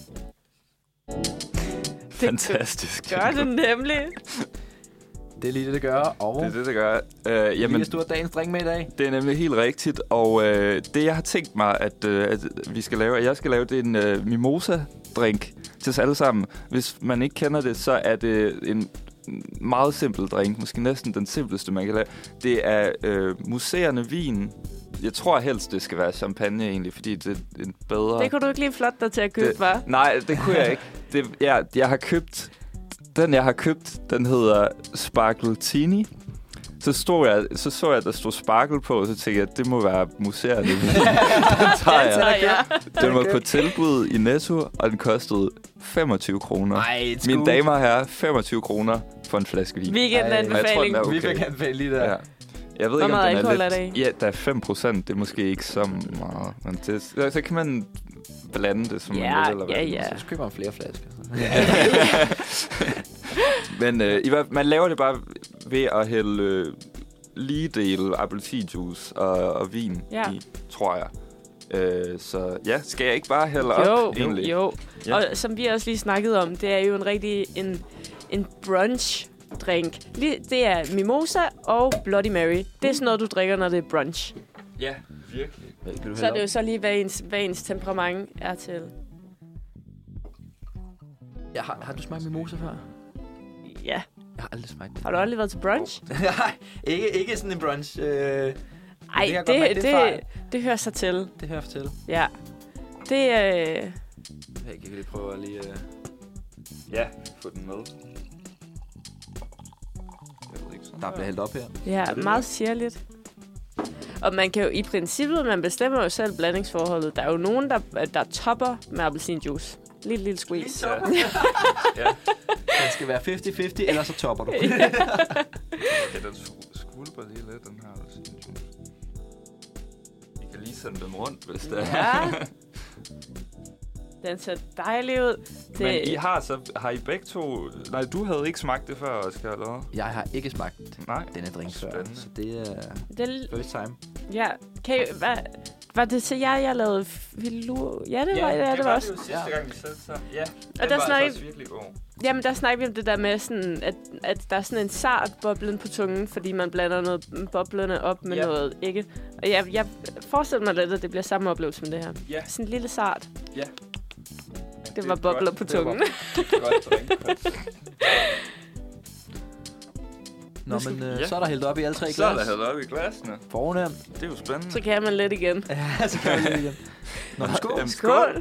Fantastisk. gør det nemlig. Det er lige det, det gør. Og Det er det, der gør. Øh, jamen, jamen, vi har dagens drink med i dag. det er nemlig helt rigtigt, og øh, det, jeg har tænkt mig, at, øh, at vi skal lave, at jeg skal lave, det er en øh, mimosa-drink til os alle sammen. Hvis man ikke kender det, så er det en meget simpel drink, måske næsten den simpleste, man kan lave. Det er øh, museerne vin. Jeg tror helst, det skal være champagne egentlig, fordi det er en bedre... Det kunne du ikke lige flot dig til at købe, Det- hva'? Nej, det kunne jeg ikke. Det, jeg, jeg har købt... Den, jeg har købt, den hedder Sparkletini, så, stod jeg, så så jeg, at der stod sparkle på, og så tænkte jeg, at det må være museerne. Den tager Den tager jeg. jeg. Den var på tilbud i Netto, og den kostede femogtyve kroner. Ej, Mine damer og herrer, femogtyve kroner for en flaske vin. Weekendanbefaling. Okay. Vi fik anbefale lige der. Ja. Jeg ved Hvor ikke, om meget den er alkohol lidt... er der i? Ja, der er fem procent. Det er måske ikke så meget. Men det, så, så kan man blande det, som Ja, man vil. Eller hvad. ja, ja. Så køber man flere flasker. Men øh, i hvert- man laver det bare ved at hælde øh, lige del appelsinjuice og, og vin Ja. i, tror jeg. Øh, så ja, skal jeg ikke bare hælde Jo, op, egentlig? jo. Ja. Og som vi også lige snakkede om, det er jo en rigtig en, en brunch-drink. Lige- Det er mimosa og Bloody Mary. Det er sådan noget, du drikker, når det er brunch. Ja, virkelig. Vil du Så er det jo så lige, hvad ens, hvad ens temperament er til. Ja, har, har du smagt mimosa før? Ja. Jeg har aldrig smagt det. Har du aldrig været til brunch? Nej, ikke, ikke sådan en brunch. Øh, Ej, kan jeg godt det, mærke, det, det er en fejl. det, det hører sig til. det hører jeg fortælle. Ja. Det er... Øh, Jeg kan lige prøve at lige... Øh... Ja, få den med. Jeg ved ikke, sådan Der bliver hældt op her. ja, det meget sirligt. Og man kan jo i princippet, man bestemmer jo selv blandingsforholdet. Der er jo nogen, der, der topper med appelsinjuice. Lille, lille squeeze. Ja. Ja. Den skal være halvtreds halvtreds, ellers så topper du. Ja, den sk- skvulper lige lidt, den her. I kan lige sende den rundt, hvis det er. Ja. Den ser dejlig ud. Det, Men I har så har I begge to... Nej, du havde ikke smagt det før, Oscar, eller hvad? Jeg har ikke smagt Nej. denne drink før, Spændende. så det er det, first time. ja, kan I, hvad, var det til jer, jeg lavede filu? Ja, det var, ja, det var også. jo sidste gang, vi satte sammen. Ja, Og der var snakkede- altså også virkelig god. Jamen, der snakker vi om det der med, sådan, at, at der er sådan en sart boblen på tungen, fordi man blander noget boblende op med Ja. noget ikke. Og jeg, jeg forestiller mig lidt, at det bliver samme oplevelse med det her. Ja. Sådan en lille sart. Ja. Det var bobler på tungen. Godt drinkkoncept. Nå, men øh, Ja. så er der hældt op i alle tre glas. Så er der hældt op i glasene. Fornemt. Det er jo spændende. Så kan man lidt igen. Ja, så kan vi lige igen. Nå, men skål. Jamen, Skål!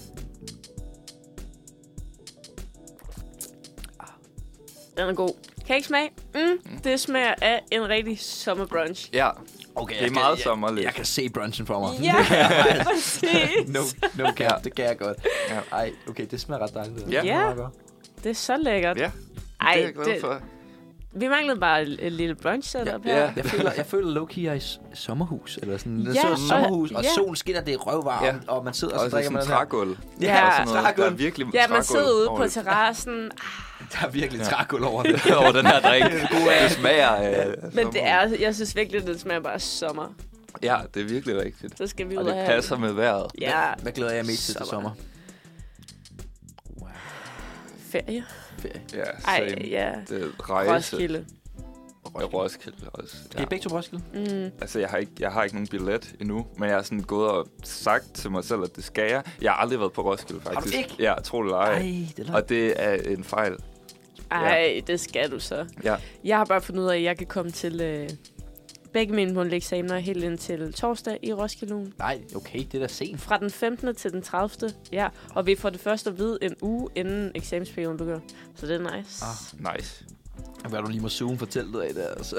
Den er god. Kan I ikke smage? Mm, det smager af en rigtig sommerbrunch. Ja, Okay, det er meget sommerligt. Jeg, jeg kan se brunchen for mig. Ja, præcis. no, no cap, Ja. det kan jeg godt. Ja. Ej, okay, det smager ret dejligt. Ja. Det smager Ja. meget godt. Det er så lækkert. Ja, Ej, det er jeg glad det, for. vi manglede bare et, et lille brunch setup Ja. her. Ja. Jeg føler, jeg føler low-key, jeg er i s- sommerhus. Eller sådan. Det Ja, så og- sommerhus, og ja. solen skinner, det er røvvarmt, Ja. og man sidder og så Også drikker sådan man en den her. trægulv. Ja. Der er sådan noget, der er trægulv. virkelig Ja, man trægulv sidder ude over på det. terrassen. Der er virkelig Ja. trægulv over det. over den her drink. Det smager af Men det er, jeg synes virkelig, det smager bare af sommer. Ja, det er virkelig rigtigt. Så skal vi ud Og og det have... passer med vejret. Ja, Hvad glæder jeg mest til til Sommer. sommer? ferie. Ferie. Ja, Ej, same. ja. Det er rejse. Roskilde. Og Roskilde også. Skal I begge to på Roskilde? Mm. Altså, jeg har, ikke, jeg har ikke nogen billet endnu, men jeg har sådan gået og sagt til mig selv, at det skal jeg. Jeg har aldrig været på Roskilde, faktisk. ikke? Ja, tro det eller ej. Ej, det er langt. Og det er en fejl. Ej, det skal du så. Ja. Jeg har bare fundet ud af, at jeg kan komme til øh, begge mine mundtlige eksamener helt ind til torsdag i Roskilde ugen. Nej, okay, det er da sent. Fra den femtende til den tredivte Ja, og vi får det første at vide en uge inden eksamensperioden begynder. Så det er nice. Ah. Nice. Hvad du lige må zoome for teltet af der. Altså.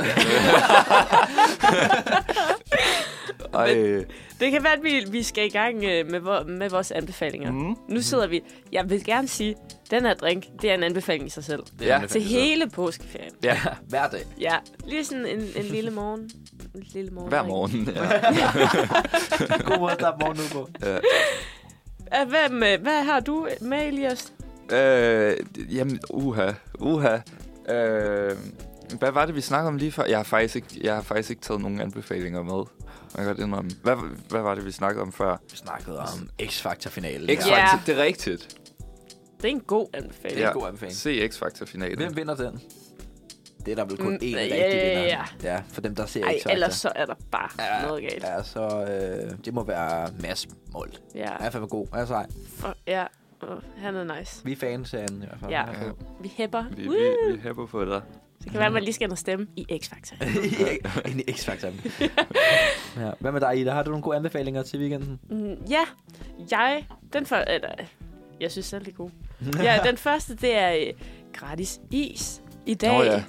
Ej. Det kan være, at vi, vi skal i gang øh, med, vor, med vores anbefalinger. Mm. Mm. Nu sidder vi... Jeg vil gerne sige, den her drink, det er en anbefaling i sig selv. Det er Ja. en Til anbefaling. hele påskeferien. Ja, Hver dag. Ja, lige sådan en, en lille morgen. En lille morgen. hver morgen. Ja. God måde at starte morgen ud på. Ja. Uh, hvad, med, hvad har du med, Elias? Øh, jamen, uha. Uha. Øh, hvad var det, vi snakkede om lige før? Jeg har faktisk ikke, jeg har faktisk ikke taget nogen anbefalinger med. Jeg kan godt indrømme. Hvad, hvad var det, vi snakkede om før? Vi snakkede om X-Factor-finalen. X-Factor, Ja. det er rigtigt. Det er en god anbefaling. Det er Ja. en god anbefaling. Se X-Factor-finalen. Hvem vinder den? Det er der vel kun Mm, én ja, rigtig ja, vinder. ja. Ja, for dem, der ser Ej, X-Factor. ellers så er der bare Ja, noget galt. Ja, så øh, det må være Mads Molt. Ja, Han er fandme god. Han er sej. for, ja. Oh, han er nice. Vi er fans af han i hvert fald. Ja. Han er fed. Vi hæpper. Vi, vi, vi hæpper på dig. Det kan være, at man lige skal ind og stemme i X-Factor. Ind i X-Factor. Ja. Hvad med dig, Ida? Har du nogle gode anbefalinger til weekenden? Mm, ja, jeg... Den for, eller, jeg synes selv, det er god. Ja, den første, det er øh, gratis is i dag. Nå ja.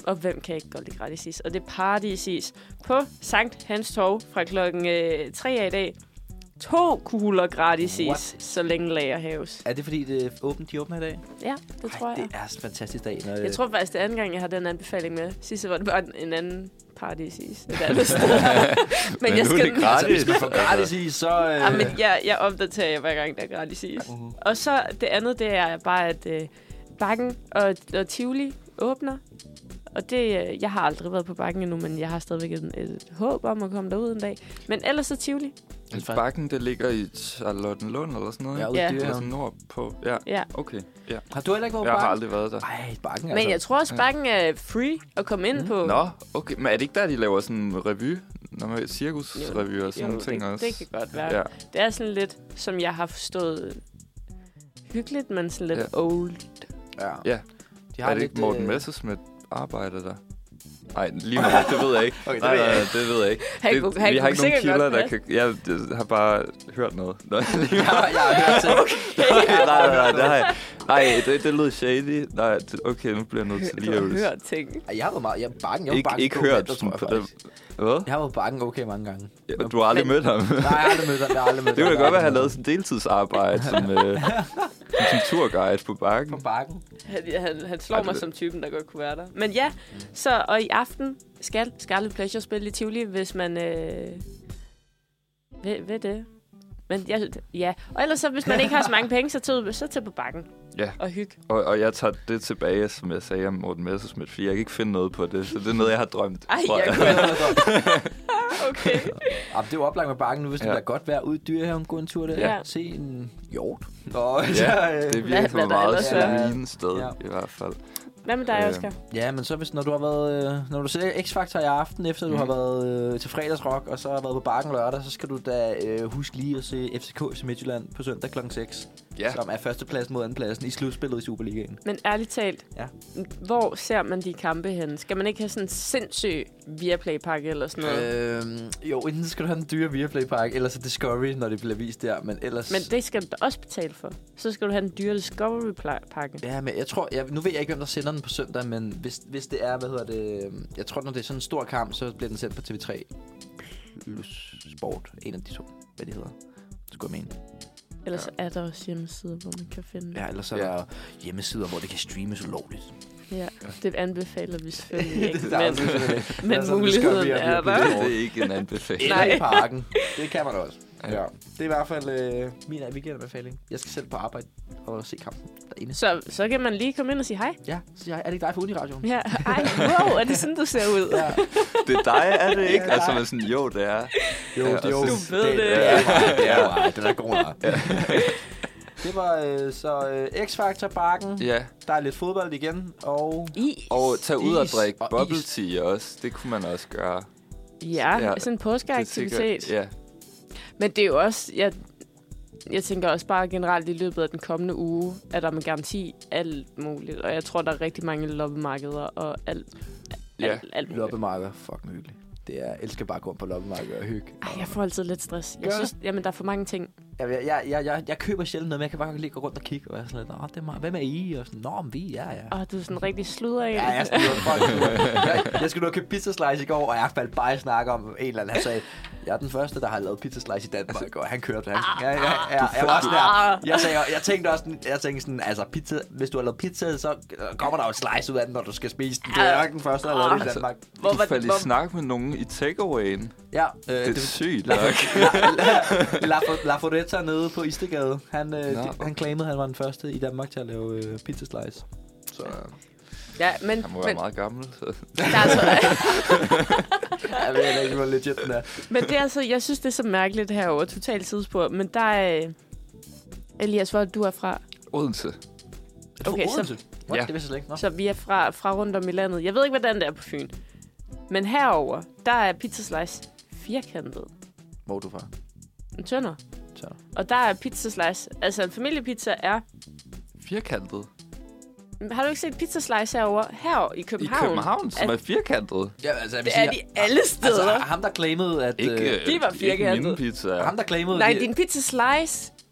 Og hvem kan ikke godt lide gratis is? Og det er Paradisis på Sankt Hans Torv fra klokken øh, tre af i dag. To kugler gratis is, What? så længe lager haves. Er det fordi, det er åbent, de åbner i dag? Ja, det tror jeg. Det er en fantastisk dag. Når Jeg tror faktisk, det er anden gang, jeg har den anbefaling med. Sidste var det bare en anden Paradisis et andet sted. men, Men jeg nu er skal... det gratis. Hvis man får gratis is, så... Øh... Ja, men jeg, jeg opdaterer jer hver gang, der er gratis is. Uh-huh. Og så det andet, det er bare, at øh, Bakken og, og Tivoli åbner. Og det, øh, jeg har aldrig været på Bakken endnu, men jeg har stadigvæk et, et håb om at komme derud en dag. Men ellers så Tivoli. Bakken, det ligger i Charlottenlund eller sådan noget? Ja, ude i Ja. Eller Dyrehaven. sådan nordpå. Ja, Ja. okay. Ja. Har du heller ikke været på Jeg har Bakken? aldrig været der. Ej, Bakken Men altså. jeg tror også, Bakken er free at komme ind på. Nå, okay. Men er det ikke der, de laver sådan en revy? Når man cirkusrevy og sådan Jo, ting det, også? det kan godt være. Ja. Det er sådan lidt, som jeg har forstået, hyggeligt, men sådan lidt Ja. old. Ja. Ja. De Er det ikke Morten øh, Messerschmidt arbejder der? Nej, lige nu, det ved jeg ikke. Okay, det nej, ved jeg nej, det ved jeg ikke. Han Det, kunne- han vi har kunne ikke nogen sikkert kilder, godt der passe. kan... Jeg, jeg har bare hørt noget. Nå, lige Jeg, har- jeg har hørt til. okay, nej, nej, nej, det har jeg. Nej, det, det lød shady. Nej, det, okay, nu bliver jeg nødt til Du lige at... har hørt ting. Ej, Jeg har været meget... Jeg, Bakken, jeg var Ikke, Bakken ikke okay, hørt der tror sådan jeg på dem. faktisk. Hvad? Jeg har været på Bakken okay mange gange. Ja, du har aldrig Men- mødt ham. Nej, jeg har aldrig mødt ham. Jeg har aldrig mødt Det ham. kunne da godt være, at han Jeg har lavede sådan en deltidsarbejde som, øh, som turguide på Bakken. på Bakken. Han, han, han slår Ej, mig det- som typen, der godt kunne være der. Men ja, så og i aften skal Scarlet Pleasure spille i Tivoli, hvis man... Øh, ved, ved det. Men jeg, ja, og ellers så, hvis man ikke har så mange penge, så tag, så tag på Bakken Ja. og hygge. Og, og jeg tager det tilbage, som jeg sagde om Morten Messerschmidt, fordi jeg kan ikke finde noget på det. Så det er noget, jeg har drømt. Ej, tror jeg kunne Okay. Jamen, det er jo oplagt med Bakken nu, hvis det Ja. er godt vejr ude i Dyrehaven. Gå en tur der. Ja. Se en hjort. Nå, Ja, så, øh, det Hvad- virker som hvad et der meget ellers er. serene sted, Ja. i hvert fald. Hvad med dig, Øh, Oscar? Ja, men så hvis, når du har været, øh, når du ser X-Factor i aften, efter du Mhm. har været øh, til fredagsrock, og så har været på Bakken lørdag, så skal du da øh, huske lige at se F C K F C Midtjylland på søndag klokken seks. Ja. Som er førstepladsen mod andenpladsen i slutspillet i Superligaen. Men ærligt talt, Ja. hvor ser man de kampe henne? Skal man ikke have sådan en sindssyg Viaplay-pakke eller sådan noget? Øh. Øhm, jo, enten skal du have den dyre Viaplay-pakke, eller så Discovery, når det bliver vist der, men ellers... Men det skal du da også betale for. Så skal du have den dyre Discovery-pakke. Ja, men jeg tror, jeg, nu ved jeg ikke, hvem der sender den på søndag, men hvis, hvis det er, hvad hedder det... øhm, Jeg tror, når det er sådan en stor kamp, så bliver den sendt på T V tre plus Sport. En af de to, hvad det hedder. Det skulle jeg mene. Ellers så er der også hjemmesider, hvor man kan finde Ja, ellers så er Ja. der hjemmesider, hvor det kan streames ulovligt. Ja, det anbefaler vi selvfølgelig ikke, Det er men, selvfølgelig ikke. men Der er sådan muligheden Discovery er og der. Viaplay. Det er ikke en anbefaling. Eller Nej. i parken. Det kan man også. Ja. Ja. Det er i hvert fald øh, min weekendanbefaling. Jeg skal selv på arbejde og se kampen derinde. Så, så kan man lige komme ind og sige hej. Ja, så siger jeg, er det ikke dig fra Uniradioen? Ja, ej, wow, er det sådan, du ser ud? Ja. Det er dig, er det ikke? Ja, det er Altså, dig. man sådan, jo, det er. Jo, Ja, det er jo... og så- Du ved det. Det er mig. Det er mig. Den er god nok. Ja. Det var øh, så øh, X-Factor Bakken. Ja, Der er lidt fodbold igen, og... Is. og tage ud og Is drikke og bubble is. tea også. Det kunne man også gøre. Ja, Ja, sådan en påskeaktivitet. Ja. Men det er jo også... Jeg, jeg tænker også bare generelt i løbet af den kommende uge, at der med garanti alt muligt. Og jeg tror, der er rigtig mange loppemarkeder og alt, Ja. alt, alt muligt. Loppemarked. Fuck, hyggeligt. Det er, jeg elsker bare at gå på loppemarked og hygge. Ej, jeg får altid lidt stress. Jeg Gør synes, jamen, der er for mange ting. Jeg, jeg, jeg, jeg, jeg, jeg køber sjældent noget, men jeg kan bare lige gå rundt og kigge, og jeg er sådan lidt, nå, det er mig. Hvem er I? Og sådan, nå, men vi, ja, ja. Og du er sådan rigtig sludder af. Ja, jeg, skal nu, jeg, jeg skulle nu købe pizza slice i går, og jeg faldt bare i snak om en eller anden. Han sagde, jeg er den første, der har lavet pizza slice i Danmark, og han kørte. Han, ja, ja, ja, jeg var også der. Jeg, sagde, jeg tænkte også, jeg tænkte sådan, altså pizza, hvis du har lavet pizza, så kommer der jo et slice ud af den, når du skal spise den. Du er jo ikke den første, der har lavet det i Altså, Danmark. Hvor Du var- faldt i hvor- snak med nogen i takeawayen. Ja, øh, Det er sygt La, nok. La, La, La Foretta nede på Istegade. Han, øh, Nå, de, han claimede, han var den første i Danmark til at lave øh, pizza slice. Så Ja, men, Han må men, være meget gammel. Så. der er altså, jeg ved ikke, hvor legit den er. men det er altså, jeg synes, det er så mærkeligt herovre, totalt tidsspur. Men der er... Elias, hvor du er fra? Odense. Er du Okay, fra så- Odense? What? Ja. Det vidste jeg slet ikke. Nå. Så vi er fra, fra rundt om i landet. Jeg ved ikke, hvordan det er på Fyn. Men herover, der er pizza slice firkantet. Hvor er du fra? En tønder. Så. Og der er pizza slice. Altså, en familiepizza er... Firkantet. Har du ikke set pizza slice herover? Her i I København. København, som er firkantet. Ja, altså, jeg vil Det sige, er de alle steder. Altså, ham der claimede, at... Ikke, øh, De var ikke firkantede. mine pizzaer. ham der claimede... Nej, de- din pizza slice.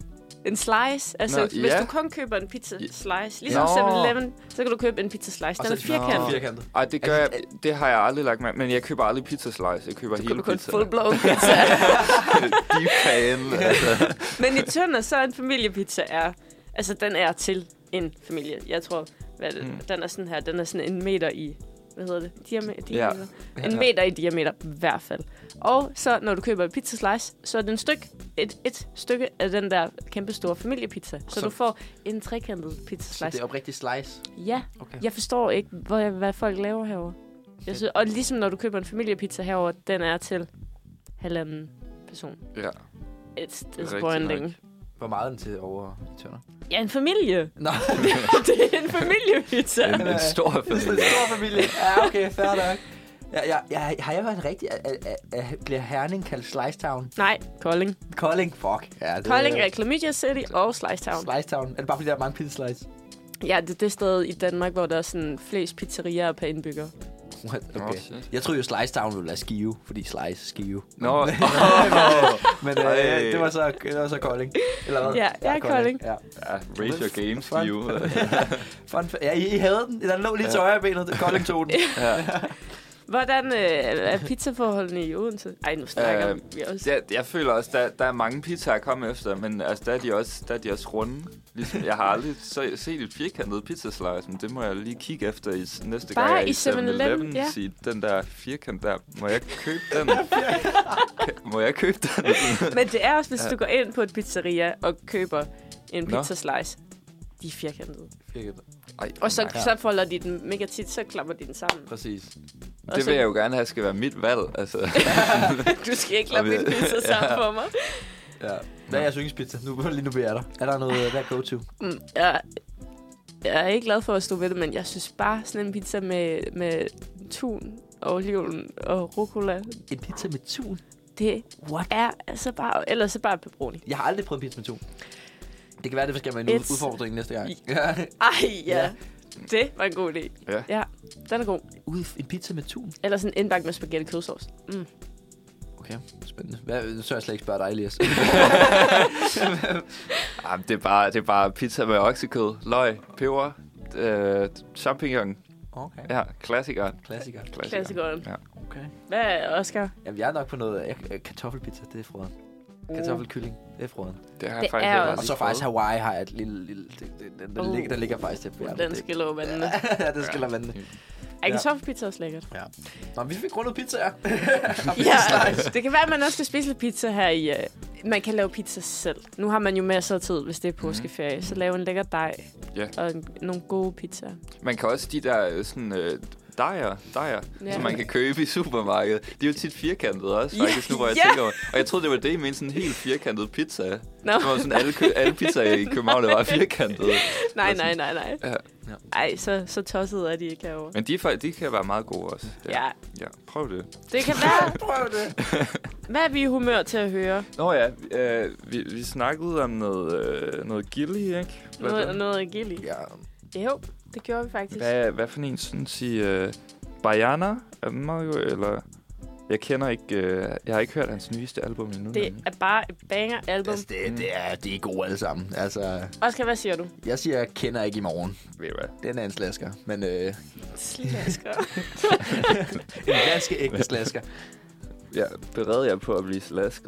En slice. Altså, Nå, hvis ja. du kun køber en pizza Ja. slice, ligesom Nå. seven eleven, så kan du købe en pizza slice. Og Den er så- firkantet. Nå. Firkantet. Ej, det gør jeg, Altså, det har jeg aldrig lagt mærke, men jeg køber aldrig pizza slice. Jeg køber Du hele køber kun pizza. full-blown pizza. Deep pan. Altså. Men i Tønder, så en familiepizza er... Altså, den er til en familie. Jeg tror, hvad er det? Mm. Den er sådan her. Den er sådan en meter i... Hvad hedder det? Diame- diameter? Ja. En meter i diameter, i hvert fald. Og så, når du køber en pizza slice, så er det en stykke, et, et stykke af den der kæmpe store familiepizza. Så, Så- så du får en trekantet pizza Så slice. det er oprigtigt slice. Ja, Okay. jeg forstår ikke, hvad, hvad folk laver herover. Jeg synes, og ligesom når du køber en familiepizza herover, den er til halvanden person. Ja. It's Rigtig disappointing. nok. Hvor meget er den til over i Tønder? Ja, en familie. Nå. Det er en familiepizza. En, en stor Det er en familie. stor familie. Ja, okay, fair nok. Ja, ja, ja, har jeg været rigtig... Er, er, er, bliver Herning kaldt Slice Town? Nej, Kolding. Kolding? Fuck. Ja, det Kolding er Chlamydia City og Slice Town. Slice Town. Er det bare fordi, der er mange pizza slice? Ja, det er det sted i Danmark, hvor der er sådan flest pizzerier per indbygger. What? Nå, Okay. shit. Jeg troede jo, Slice Town ville være Skive, fordi Slice Skive. Nå, Men øh, Ej. det, var så, det var så Kolding. Eller hvad? Ja, ja, Kolding. Ja. ja, raise your games, Fun. you. Fun, fa- ja, I, I havde den. Den lå lige til højre benet. Kolding tog den. Ja. Hvordan øh, er pizzaforholdene i Odense? Ej, nu snakker Øh, vi også. Jeg, jeg føler også, der, der er mange pizzaer at komme efter, men altså, der, er de også, der er de også runde. Ligesom, jeg har aldrig så, set et firkantet pizzaslice, men det må jeg lige kigge efter i s- næste Bare gang, jeg i seven eleven, ja. Sige, den der firkant der, må jeg købe den? Må jeg købe den? Men det er også, hvis Ja. du går ind på et pizzeria og køber en Nå. pizza slice. De er firkantede. Ej, Og så, nej. så folder de den mega tit, så klapper de den sammen. Præcis. Og Det så- vil jeg jo gerne have, skal være mit valg. Altså. Du skal ikke klappe Og din vi- pizza sammen Ja. for mig. Ja. Hvad er jeres yndlingspizza? Nu, lige nu bliver jeg der. Er der noget, hvad er go-to? Mm, jeg, jeg er ikke glad for at stå ved det, men jeg synes bare sådan en pizza med, med tun og oliven og rucola, En pizza med tun? det What? er altså bare, ellers så bare pepperoni. Jeg har aldrig prøvet pizza med tun. Det kan være, det skal være en ud- It's- udfordring næste gang. I- Ja. Ej, ja. Ja. Det var en god idé. Ja. Ja, den er god. Ud en pizza med tun? Eller sådan indbagt med spaghetti kødsovs. Mm. Okay, spændende. Hvad, så er jeg slet ikke spørge dig, Elias. Ah, det, er bare, det er bare pizza med oksekød, løg, peber, øh, champignon. Okay. Ja, klassiker. Klassiker. Klassikeren. Ja. Okay. Hvad er Oscar? Jamen, jeg er nok på noget jeg, øh, kartoffelpizza. Det er frøden. Kartoffelkylling. Det er frøden. Det har jeg Det faktisk er heller også- Og aldrig så faktisk prøvet. Hawaii har jeg et lille... lille det, det, den, den, Uh. ligger, den ligger faktisk til på Den skal love vandene. Ja, den skal lade vandene. Er Ja. kartoffelpizza også lækkert? Ja. Nå, men vi fik rundet pizzaer. Ja, det kan være, at man også skal spise lidt pizza her i... Uh, man kan lave pizza selv. Nu har man jo masser af tid, hvis det er påskeferie. Så lave en lækker dej Ja. og en, nogle gode pizzaer. Man kan også de der øh, sådan... Øh, dejer, dejer, Ja. som man kan købe i supermarkedet. De er jo tit firkantede også, Ja, faktisk, nu hvor jeg ja. tænker over. Og jeg troede, det var det, I mente sådan en helt firkantet pizza. Nå, Det var sådan, alle, kø- alle pizzaer i København, der var firkantede. nej, nej, nej, nej. Ja. Ej, så, så tosset er de ikke herovre. Men de, er, fa- de kan være meget gode også. Ja, Ja, prøv det. det kan være. Prøv det. Hvad er vi i humør til at høre? Nå ja, øh, vi, vi snakkede om noget, øh, noget gilly, ikke? Blandt Noget, andet. noget gilly. Ja. Jo, det gjorde vi faktisk. Hvad, hvad for en, synes I, øh, Bajana er den meget god, eller... Jeg kender ikke, øh, jeg har ikke hørt hans nyeste album endnu. Det er bare et banger-album. Altså, det, det, er, det er gode alle sammen. Altså, Oscar, hvad siger du? jeg siger, jeg kender ikke i morgen. Ved du hvad? Den er en slasker. Men øh, Slasker. en ganske ægte slasker. Jeg bereder jer på at blive slasket.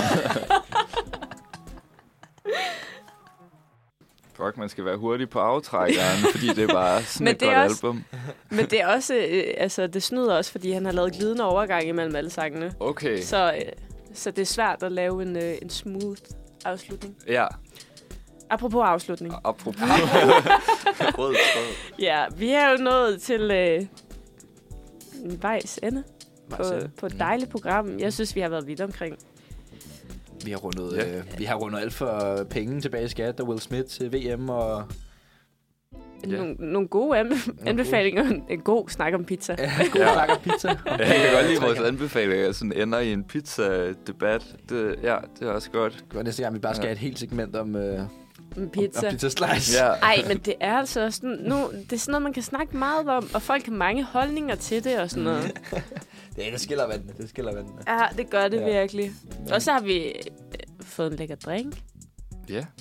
Fuck, man skal være hurtig på aftrækkeren, fordi det er bare sådan Men et det er godt også- album. Men det er også, øh, altså det snyder også, fordi han har lavet glidende overgang imellem alle sangene. Okay, Så, øh, så det er svært at lave en, øh, en smooth afslutning. ja. Apropos afslutning. Apropos rød tråd. Ja, vi er jo nået til øh, en vejs ende på, Marcel. på et dejligt program. Jeg synes, vi har været vidt omkring. Vi har rundet, Ja. øh, vi har rundet alt for penge tilbage i skat, og Will Smith til V M, og Ja. Nogle, nogle gode anbe- anbefalinger. En god snak om pizza. ja, god Ja. snak om pizza. Jeg kan godt lide vores anbefalinger, sådan ender i en pizza-debat. Det, ja, det er også godt. Det var næste gang, vi bare skal Ja. have et helt segment om, øh, Med pizza. om pizza slice. Ja. Ej, men det er altså også sådan, nu, det er sådan noget, man kan snakke meget om, og folk har mange holdninger til det og sådan noget. Ja, det skiller vandene. Det skiller vandene. Ja, det gør det Ja. virkelig. Og så har vi øh, fået en lækker drink. Ja.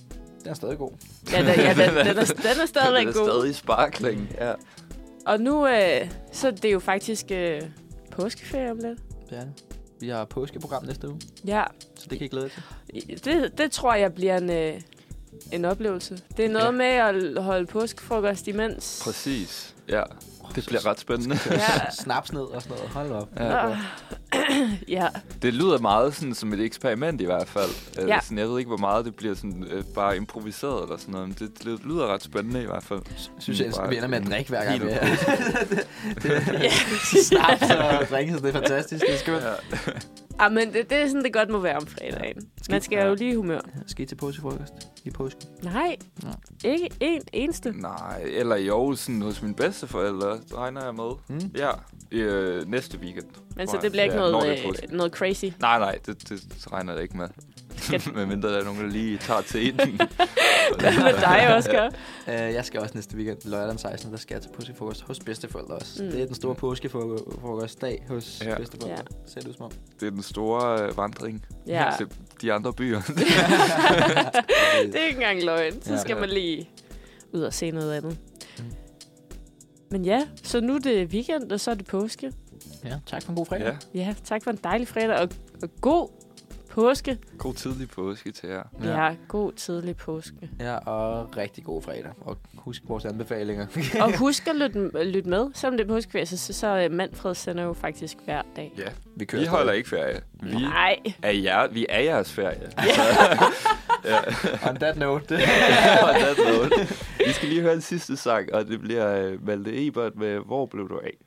Den er stadig god. Ja, den, ja, den, den, er, den er stadigvæk Den er god. stadig sparkling, ja. Og nu, øh, så det er jo faktisk øh, påskeferie om lidt. Det er det. Vi har påskeprogram næste uge, Ja, så det kan I glæde jer til. det, det tror jeg bliver en, øh, en oplevelse. Det er noget Ja. med at holde påskefrokost imens. Præcis, ja. Det bliver ret spændende. Ja. Snaps ned og sådan noget. Hold op. Ja. Ah. Ja, Det lyder meget sådan, som et eksperiment i hvert fald. Øh, Ja. sådan, jeg ved ikke, hvor meget det bliver sådan, øh, bare improviseret eller sådan noget. Men det, det lyder ret spændende i hvert fald. Synes jeg, Bare vi ender med at en drikke hver gang. helt Vi er. Snaps og drikke, så det er fantastisk. Det er skønt. Ja. ah, men det, det er sådan, det godt må være om fredagen. Man skal jo lige i humør. Skal I til påskefrokost i påsken? Nej, Nå. ikke en eneste. Nej, eller i Aarhus sådan, hos mine bedsteforældre, det regner jeg med. Mm. Ja, øh, næste weekend. Men så tror det jeg. bliver ikke Ja, når noget, det er påske. øh, noget crazy. Nej, nej, det, det, det regner jeg ikke med. Medmindre der er nogen, der lige tager til den. Hvad med dig, Oscar? Uh, jeg skal også næste weekend, lørdag den sekstende der skal jeg til påskefrokost hos bedsteforældre også. Mm. Mm. Det er den store påskefrokostdag hos Ja. ja. bedsteforældre. Ja. Ja. Ser det ud som om. Det er den store øh, vandring Ja, til de andre byer. det er ikke engang løgn. Så Ja. skal man lige ud og se noget andet. Mm. Men ja, så nu er det weekend, og så er det påske. Ja, tak for en god fredag. Ja, Ja, tak for en dejlig fredag, og, og god påske. god tidlig påske til jer. Ja. ja, god tidlig påske. Ja, og rigtig god fredag. Og husk vores anbefalinger. Og husk at lytte, lytte med, selvom det er påskeferie, så, så, så Manfred sender jo faktisk hver dag. Ja, Vi kører vi holder stadig. ikke ferie. Vi Nej. er, jer, vi er jeres ferie. Ja. On that note. On that note. Vi skal lige høre en sidste sang, og det bliver uh, Malte Ebert med Hvor blev du af?